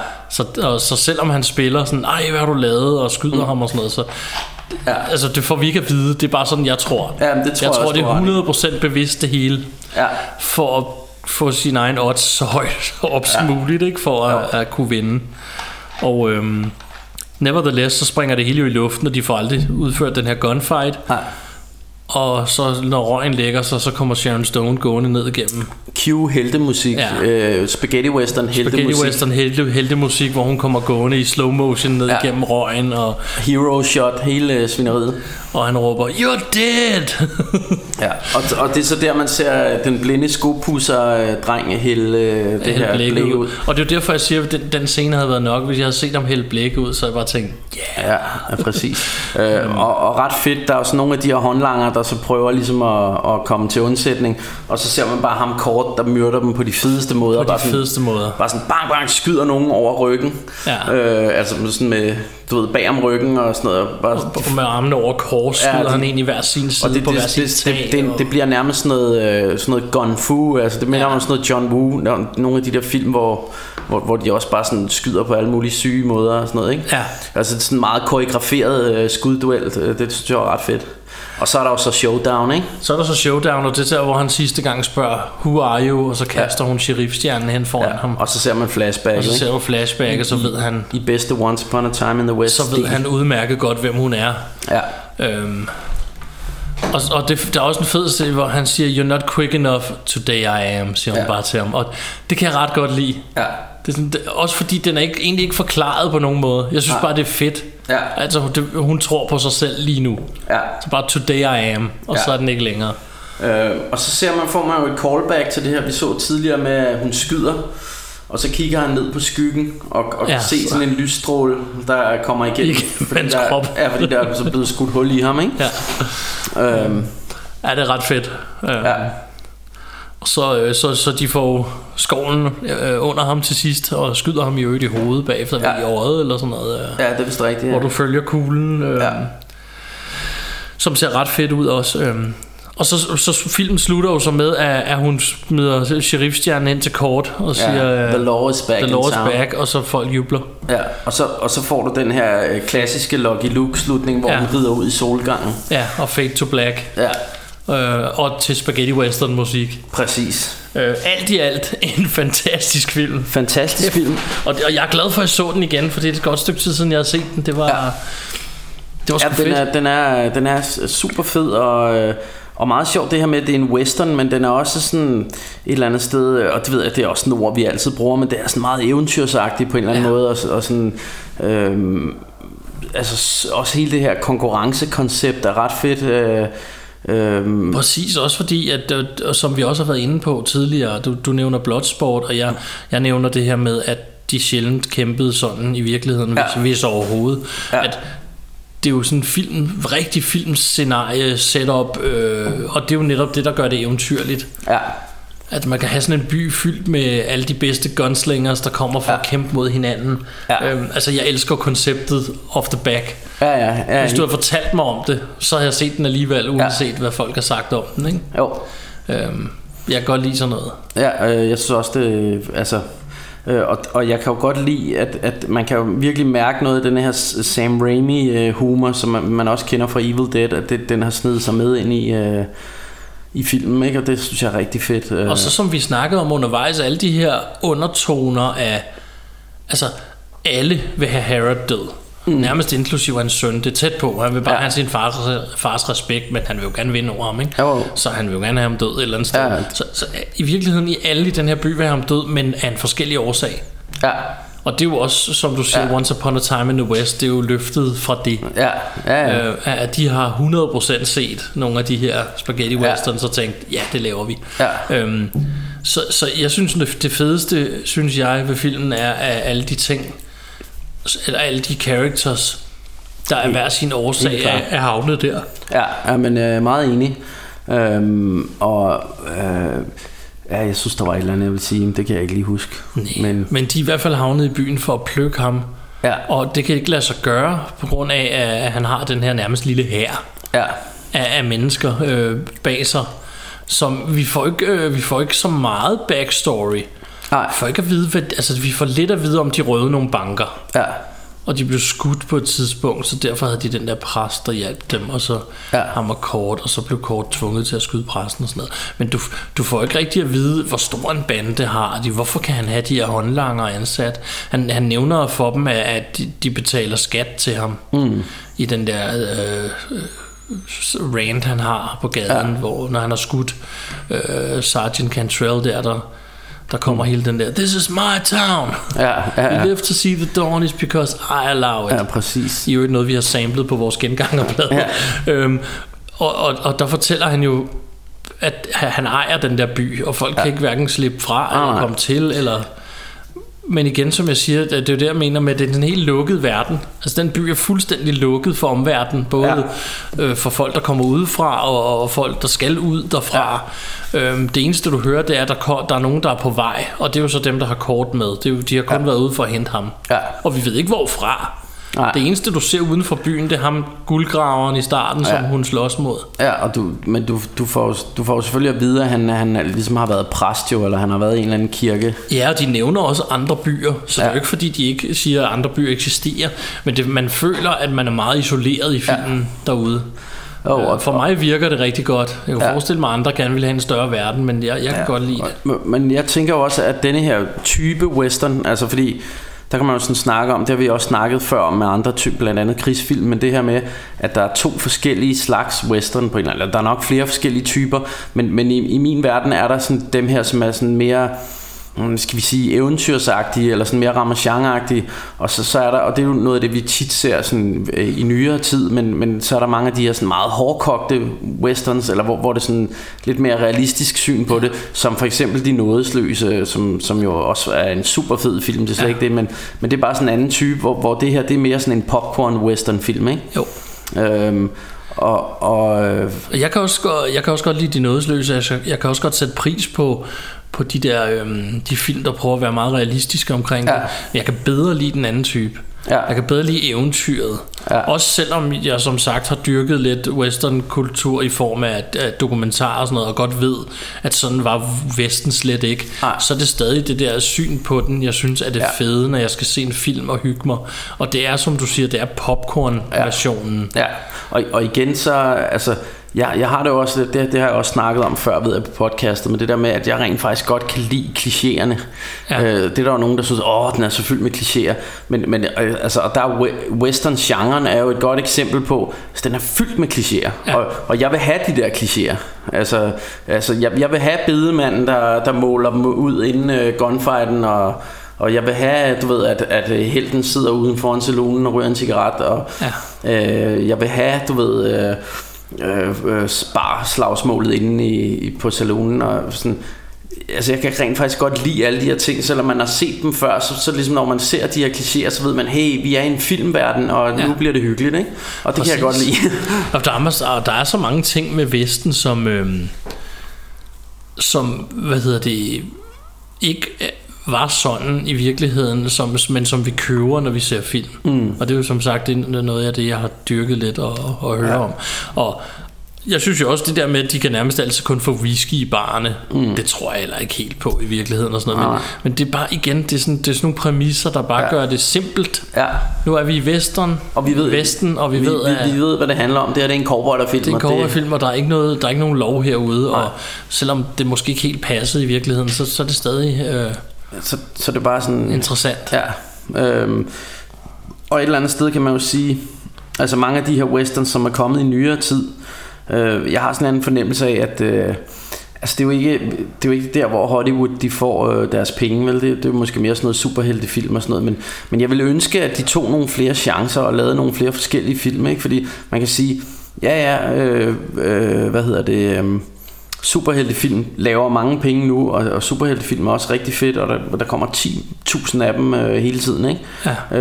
Så selvom han spiller sådan, hvad har du lavet, og skyder ham og sådan noget, så altså det får vi ikke at vide. Det er bare sådan, jeg tror. Jeg tror det er 100% bevidst det hele, for at få sin egen odds så højt op som muligt, ikke? For at kunne vinde. Og nevertheless, så springer det hele jo i luften, og de får aldrig udført den her gunfight. Og så når røgen lægger sig, så kommer Sharon Stone gående ned igennem. Heltemusik, spaghetti western heltemusik, hvor hun kommer gående i slow motion ned igennem røgen og hero shot, hele svineriet. Og han råber, you're dead. Og det er så der man ser den blinde skopusser dreng hælde det her blæk ud. Og det er jo derfor jeg siger, at den scene havde været nok. Hvis jeg havde set ham hælde blæk ud, så jeg bare tænkt præcis. Og ret fedt. Der er også nogle af de her håndlanger, der så prøver ligesom at komme til undsætning, og så ser man bare ham kort, der myrder dem på de fedeste måder. På de fedeste måder. Bare sådan bang bang, skyder nogen over ryggen. Ja. Altså sådan med, du ved, bag om ryggen og sådan noget. Bare, og med armene over kors skyder han ind i hver sin side på hver sin tag. Det bliver nærmest sådan noget gun fu. Altså det minder om sådan noget John Woo. Nogle af de der film, hvor de også bare sådan skyder på alle mulige syge måder og sådan noget, ikke? Ja. Altså sådan meget koreograferet skudduel. Det synes jeg er ret fedt. Og så er der jo så showdown, ikke? Så er der så showdown, og det er der, hvor han sidste gang spørger Who are you? Og så kaster hun sheriffstjernen hen foran ham. Og så ser man flashback. Og så ser du flashback, og så ved han i bedste Once Upon a Time in the West. Så ved han udmærket godt, hvem hun er. Ja. Og der er også en fed scene, hvor han siger, "You're not quick enough, today I am", siger hun bare til ham. Og det kan jeg ret godt lide. Ja. Det er sådan, også fordi den er egentlig ikke forklaret på nogen måde. Jeg synes bare det er fedt. Ja. Altså hun tror på sig selv lige nu. Ja. Så bare today I am. Og så er den ikke længere. Og så får man jo et callback til det her vi så tidligere med at hun skyder. Og så kigger han ned på skyggen og kan se sådan en lysstråle der kommer igennem hans krop. Fordi der er så blevet skudt hul i ham, ikke? Ja. Ja, det er ret fedt. Ja. Så de får skovlen under ham til sidst og skyder ham i øvrigt i hovedet bagefter i øjet eller sådan noget. Ja, det er vist rigtigt. Hvor du følger kuglen, som ser ret fedt ud også. Og så filmen slutter jo så med at hun smider sheriffstjernen ind til kort og siger The law is back, back, og så folk jubler. Ja, og så får du den her klassiske Lucky Luke slutning, hvor hun rider ud i solgangen. Ja, og Fade to Black. Ja. Og til spaghetti western musik. Præcis. Alt i alt en fantastisk film. Fantastisk film. Og jeg er glad for at jeg så den igen, for det er et godt stykke tid siden jeg har set den. Det var sgu fedt. Den er super fed og meget sjovt det her med at det er en western, men den er også sådan et eller andet sted, og det ved jeg, det er også et ord vi altid bruger, men det er sådan meget eventyrsagtigt på en eller anden måde, og sådan altså også hele det her konkurrencekoncept er ret fedt. Præcis, også fordi at, som vi også har været inde på tidligere, du nævner Bloodsport, og jeg nævner det her med at de sjældent kæmpede sådan i virkeligheden, hvis overhovedet, at det er jo sådan en rigtig filmscenarie setup, og det er jo netop det der gør det eventyrligt. Ja. At man kan have sådan en by fyldt med alle de bedste gunslingers, der kommer for at kæmpe mod hinanden. Altså jeg elsker konceptet off the back. Hvis du havde fortalt mig om det, så havde jeg set den alligevel, uanset hvad folk har sagt om den, ikke? Jo. Jeg kan godt lide sådan noget. Ja, jeg synes også det, altså og jeg kan jo godt lide at man kan jo virkelig mærke noget af den her Sam Raimi humor, som man også kender fra Evil Dead, at den har snedet sig med ind i filmen, ikke? Og det synes jeg er rigtig fedt. Og så som vi snakkede om undervejs, alle de her undertoner af, altså alle vil have Herod død. Nærmest inklusive hans søn. Det er tæt på. Han vil bare have sin fars respekt, men han vil jo gerne vinde over ham, ikke? Så han vil jo gerne have ham død et eller andet sted. Så i virkeligheden i alle i den her by vil have ham død, men af en forskellig årsag. Ja. Og det er jo også, som du siger, Once Upon a Time in the West, det er jo løftet fra det. At de har 100% set nogle af de her spaghetti westerns og tænkt, ja, det laver vi. Så jeg synes, det fedeste, synes jeg, ved filmen er at alle de ting, eller alle de characters, der er hver sin årsag er havnet der. Ja, men meget enig. Jeg synes der var et eller andet jeg vil sige, det kan jeg ikke lige huske. Men de er i hvert fald havnet i byen for at plukke ham. Og det kan ikke lade sig gøre på grund af at han har den her nærmest lille hær af mennesker bag sig. Som vi får ikke så meget backstory. Vi får ikke at vide, vi får lidt at vide om de røde nogle banker. Og de blev skudt på et tidspunkt, så derfor havde de den der præst, der hjalp dem, og så ham og Kort, og så blev Kort tvunget til at skyde præsten og sådan noget. Men du får ikke rigtig at vide, hvor stor en bande har de. Hvorfor kan han have de her håndlanger ansat? Han nævner for dem, at de betaler skat til ham i den der rant, han har på gaden, hvor når han har skudt Sergeant Cantrell der kommer hele den der, this is my town. We live to see the dawn is because I allow it. Ja, præcis. Det er jo ikke noget, vi har samlet på vores gengangerblad. Og der fortæller han jo, at han ejer den der by, og folk kan ikke hverken slippe fra eller komme til, eller Men igen, som jeg siger, det er jo det, jeg mener med, at det er en helt lukket verden. Altså den by er fuldstændig lukket for omverdenen, både for folk, der kommer udefra, og folk, der skal ud derfra. Det eneste, du hører, det er, at der er nogen, der er på vej, og det er jo så dem, der har kort med. Det er jo, de har kun været ude for at hente ham. Og vi ved ikke, hvorfra. Nej. Det eneste, du ser uden for byen, det er ham, guldgraveren i starten, som hun slås mod. Ja, og du får selvfølgelig at vide, at han ligesom har været præst jo, eller han har været i en eller anden kirke. Ja, og de nævner også andre byer, så det er jo ikke fordi, de ikke siger, at andre byer eksisterer, men man føler, at man er meget isoleret i filmen derude. For mig virker det rigtig godt. Jeg kan forestille mig, at andre gerne vil have en større verden, men jeg kan godt lide det. Men jeg tænker jo også, at denne her type western, altså fordi der kan man jo sådan snakke om, det har vi også snakket før om med andre typer, blandt andet krigsfilm, men det her med, at der er 2 forskellige slags western på en eller anden, der er nok flere forskellige typer, men i min verden er der sådan dem her, som er sådan mere, skal vi sige, eventyrsagtige, eller sådan mere Ramachan-agtige, og så er der, og det er jo noget af det, vi tit ser sådan i nyere tid, men så er der mange af de her sådan meget hårdkogte westerns, eller hvor det er sådan lidt mere realistisk syn på det, som for eksempel De Nådesløse, som jo også er en super fed film, det er slet ikke det, men det er bare sådan en anden type, hvor det her, det er mere sådan en popcorn western film, ikke? Jo. Jeg kan også godt lide De Nådesløse. Jeg kan også godt sætte pris på de der de film, der prøver at være meget realistiske omkring det. Jeg kan bedre lide den anden type. Jeg kan bedre lide eventyret. Også selvom jeg som sagt har dyrket lidt western-kultur i form af dokumentarer og sådan noget, og godt ved, at sådan var Vesten slet ikke. Så er det stadig det der syn på den, jeg synes er det fede, når jeg skal se en film og hygge mig. Og det er, som du siger, det er popcorn-versionen. Og igen så, altså jeg har det jo også, det har jeg også snakket om før, ved jeg, på podcastet, men det der med, at jeg rent faktisk godt kan lide klichéerne. Det er der jo nogen, der synes, den er så fyldt med klichéer, men altså, og der er western-genren er jo et godt eksempel på, at den er fyldt med klichéer, og jeg vil have de der klichéer. Altså jeg vil have bedemanden, der måler dem ud inden gunfighten, og jeg vil have, du ved, at helten sidder uden foran salonen og ryger en cigaret, og jeg vil have, du ved, slagsmålet inde på salonen, og sådan. Altså jeg kan rent faktisk godt lide alle de her ting, selvom man har set dem før, så ligesom når man ser de her klichéer, så ved man, hey, vi er i en filmverden, og nu bliver det hyggeligt, ikke? Og det kan jeg godt lide. Og der er så mange ting med Vesten, som ikke var sådan i virkeligheden, men som vi køber, når vi ser film. Og det er jo som sagt noget af det, jeg har dyrket lidt og høre om. Og jeg synes jo også det der med, at de kan nærmest altid kun få whisky i barne. Det tror jeg heller ikke helt på i virkeligheden og sådan noget. Men det er bare igen, det er sådan nogle præmisser, der bare gør det simpelt. Nu er vi i Western, og vi ved Vesten, og vi ved, hvad det handler om. Det er en cowboyfilm. Det er en cowboyfilm, og der er ikke nogen lov herude. Og selvom det måske ikke helt passede i virkeligheden, så er det stadig så det er bare sådan interessant. Og et eller andet sted kan man jo sige, altså mange af de her westerns, som er kommet i nyere tid, jeg har sådan en fornemmelse af, at altså det er jo ikke der, hvor Hollywood de får deres penge, vel? Det er måske mere sådan noget superheltefilm og sådan noget, men jeg ville ønske, at de tog nogle flere chancer og lavede nogle flere forskellige film, ikke? Fordi man kan sige, superheltefilm laver mange penge nu, og superheltefilm er også rigtig fedt, og der kommer 10.000 af dem hele tiden, ikke?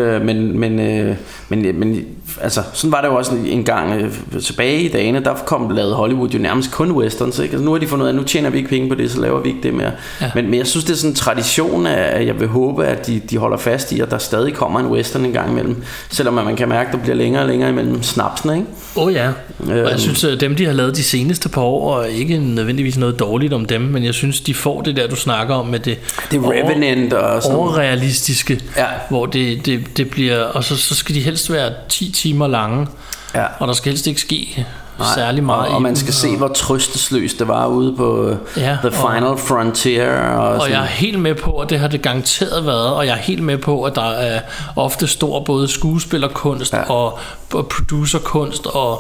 Men altså sådan var det jo også en gang tilbage i dagene, der lavede Hollywood jo nærmest kun westerns, ikke? Altså, nu har de fundet ud af, at nu tjener vi ikke penge på det, så laver vi ikke det mere. Men jeg synes, det er sådan en tradition, at jeg vil håbe, at de holder fast i, at der stadig kommer en western en gang imellem, selvom man kan mærke, at der bliver længere og længere imellem snapsene, ikke? Og jeg synes, at dem, de har lavet de seneste par år, og ikke nødvendigvis noget dårligt om dem, men jeg synes, de får det der, du snakker om, med det Revenant og sådan overrealistiske, hvor det bliver, og så skal de helst være 10 timer lange, og der skal helst ikke ske særlig meget. Og man skal se, hvor trøstesløst det var ude på The Final Frontier. Og jeg er helt med på, at det har det garanteret været, og jeg er helt med på, at der er ofte stor både skuespillerkunst og producerkunst og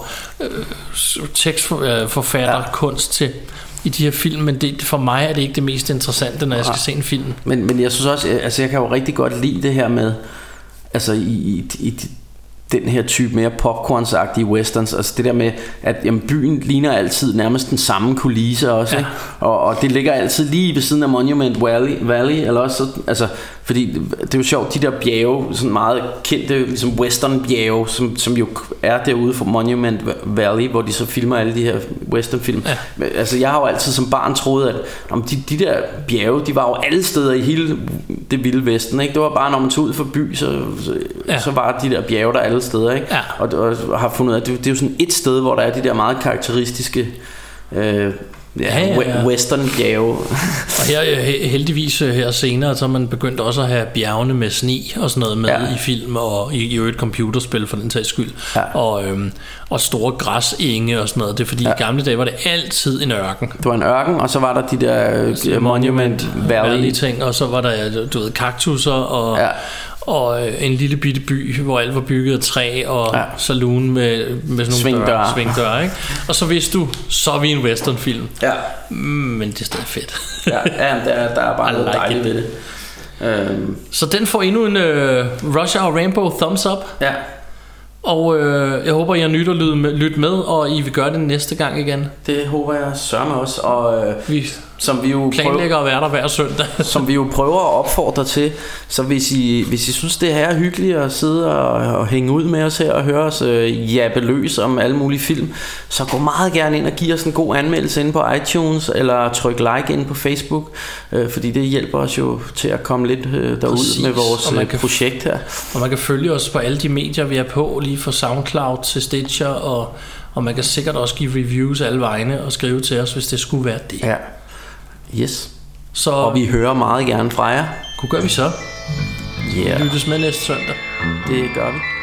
tekstforfatterkunst til i de her film, men for mig er det ikke det mest interessante, når jeg skal se en film. Men jeg synes også, altså jeg kan jo rigtig godt lide det her med, altså i den her type mere popcornsagtige westerns, altså det der med, at byen ligner altid nærmest den samme kulisse også, ikke? Og det ligger altid lige ved siden af Monument Valley, eller også, altså Fordi det er jo sjovt, de der bjerge, sådan meget kendte ligesom western bjerge, som jo er derude for Monument Valley, hvor de så filmer alle de her western film. Ja. Altså jeg har jo altid som barn troet, at de der bjerge, de var jo alle steder i hele det vilde vesten, ikke? Det var bare, når man tog ud for by, så var de der bjerge der alle steder, ikke? Ja. Og har fundet ud af, at det er jo sådan et sted, hvor der er de der meget karakteristiske western bjerge. Og her heldigvis her senere, så har man begyndt også at have bjergene med sne og sådan noget med i film og i et computerspil for den sags skyld. Og store græsenge og sådan noget. Det er fordi i gamle dage var det altid en ørken. Det var en ørken, og så var der de der Monument Valley ting, og så var der kaktusser og en lille bitte by, hvor alt var bygget af træ og saloon med sådan nogle svingdøre, ikke? Og så vidste du, så er vi en westernfilm. Ja. Men det er stadig fedt. Der er bare noget dejligt ved det. Så den får endnu en Rush Hour Rambo thumbs up. Ja. Og jeg håber, I har nyt at lytte med, og I vil gøre det næste gang igen. Det håber jeg sørme også. Og som vi jo planlægger at være der hver søndag. Som vi jo prøver at opfordre til. Så hvis I synes det her er hyggeligt at sidde og hænge ud med os her og høre os jabbe løs om alle mulige film, så gå meget gerne ind og giv os en god anmeldelse inde på iTunes, eller tryk like inde på Facebook, fordi det hjælper os jo til at komme lidt derud med vores projekt her. Og man kan følge os på alle de medier vi er på, lige fra SoundCloud til Stitcher, og man kan sikkert også give reviews alle vegne og skrive til os, hvis det skulle være det. Ja. Yes. Og vi hører meget gerne fra jer. Kunne gør vi så? Yeah. Lyttes med næste søndag. Det gør vi.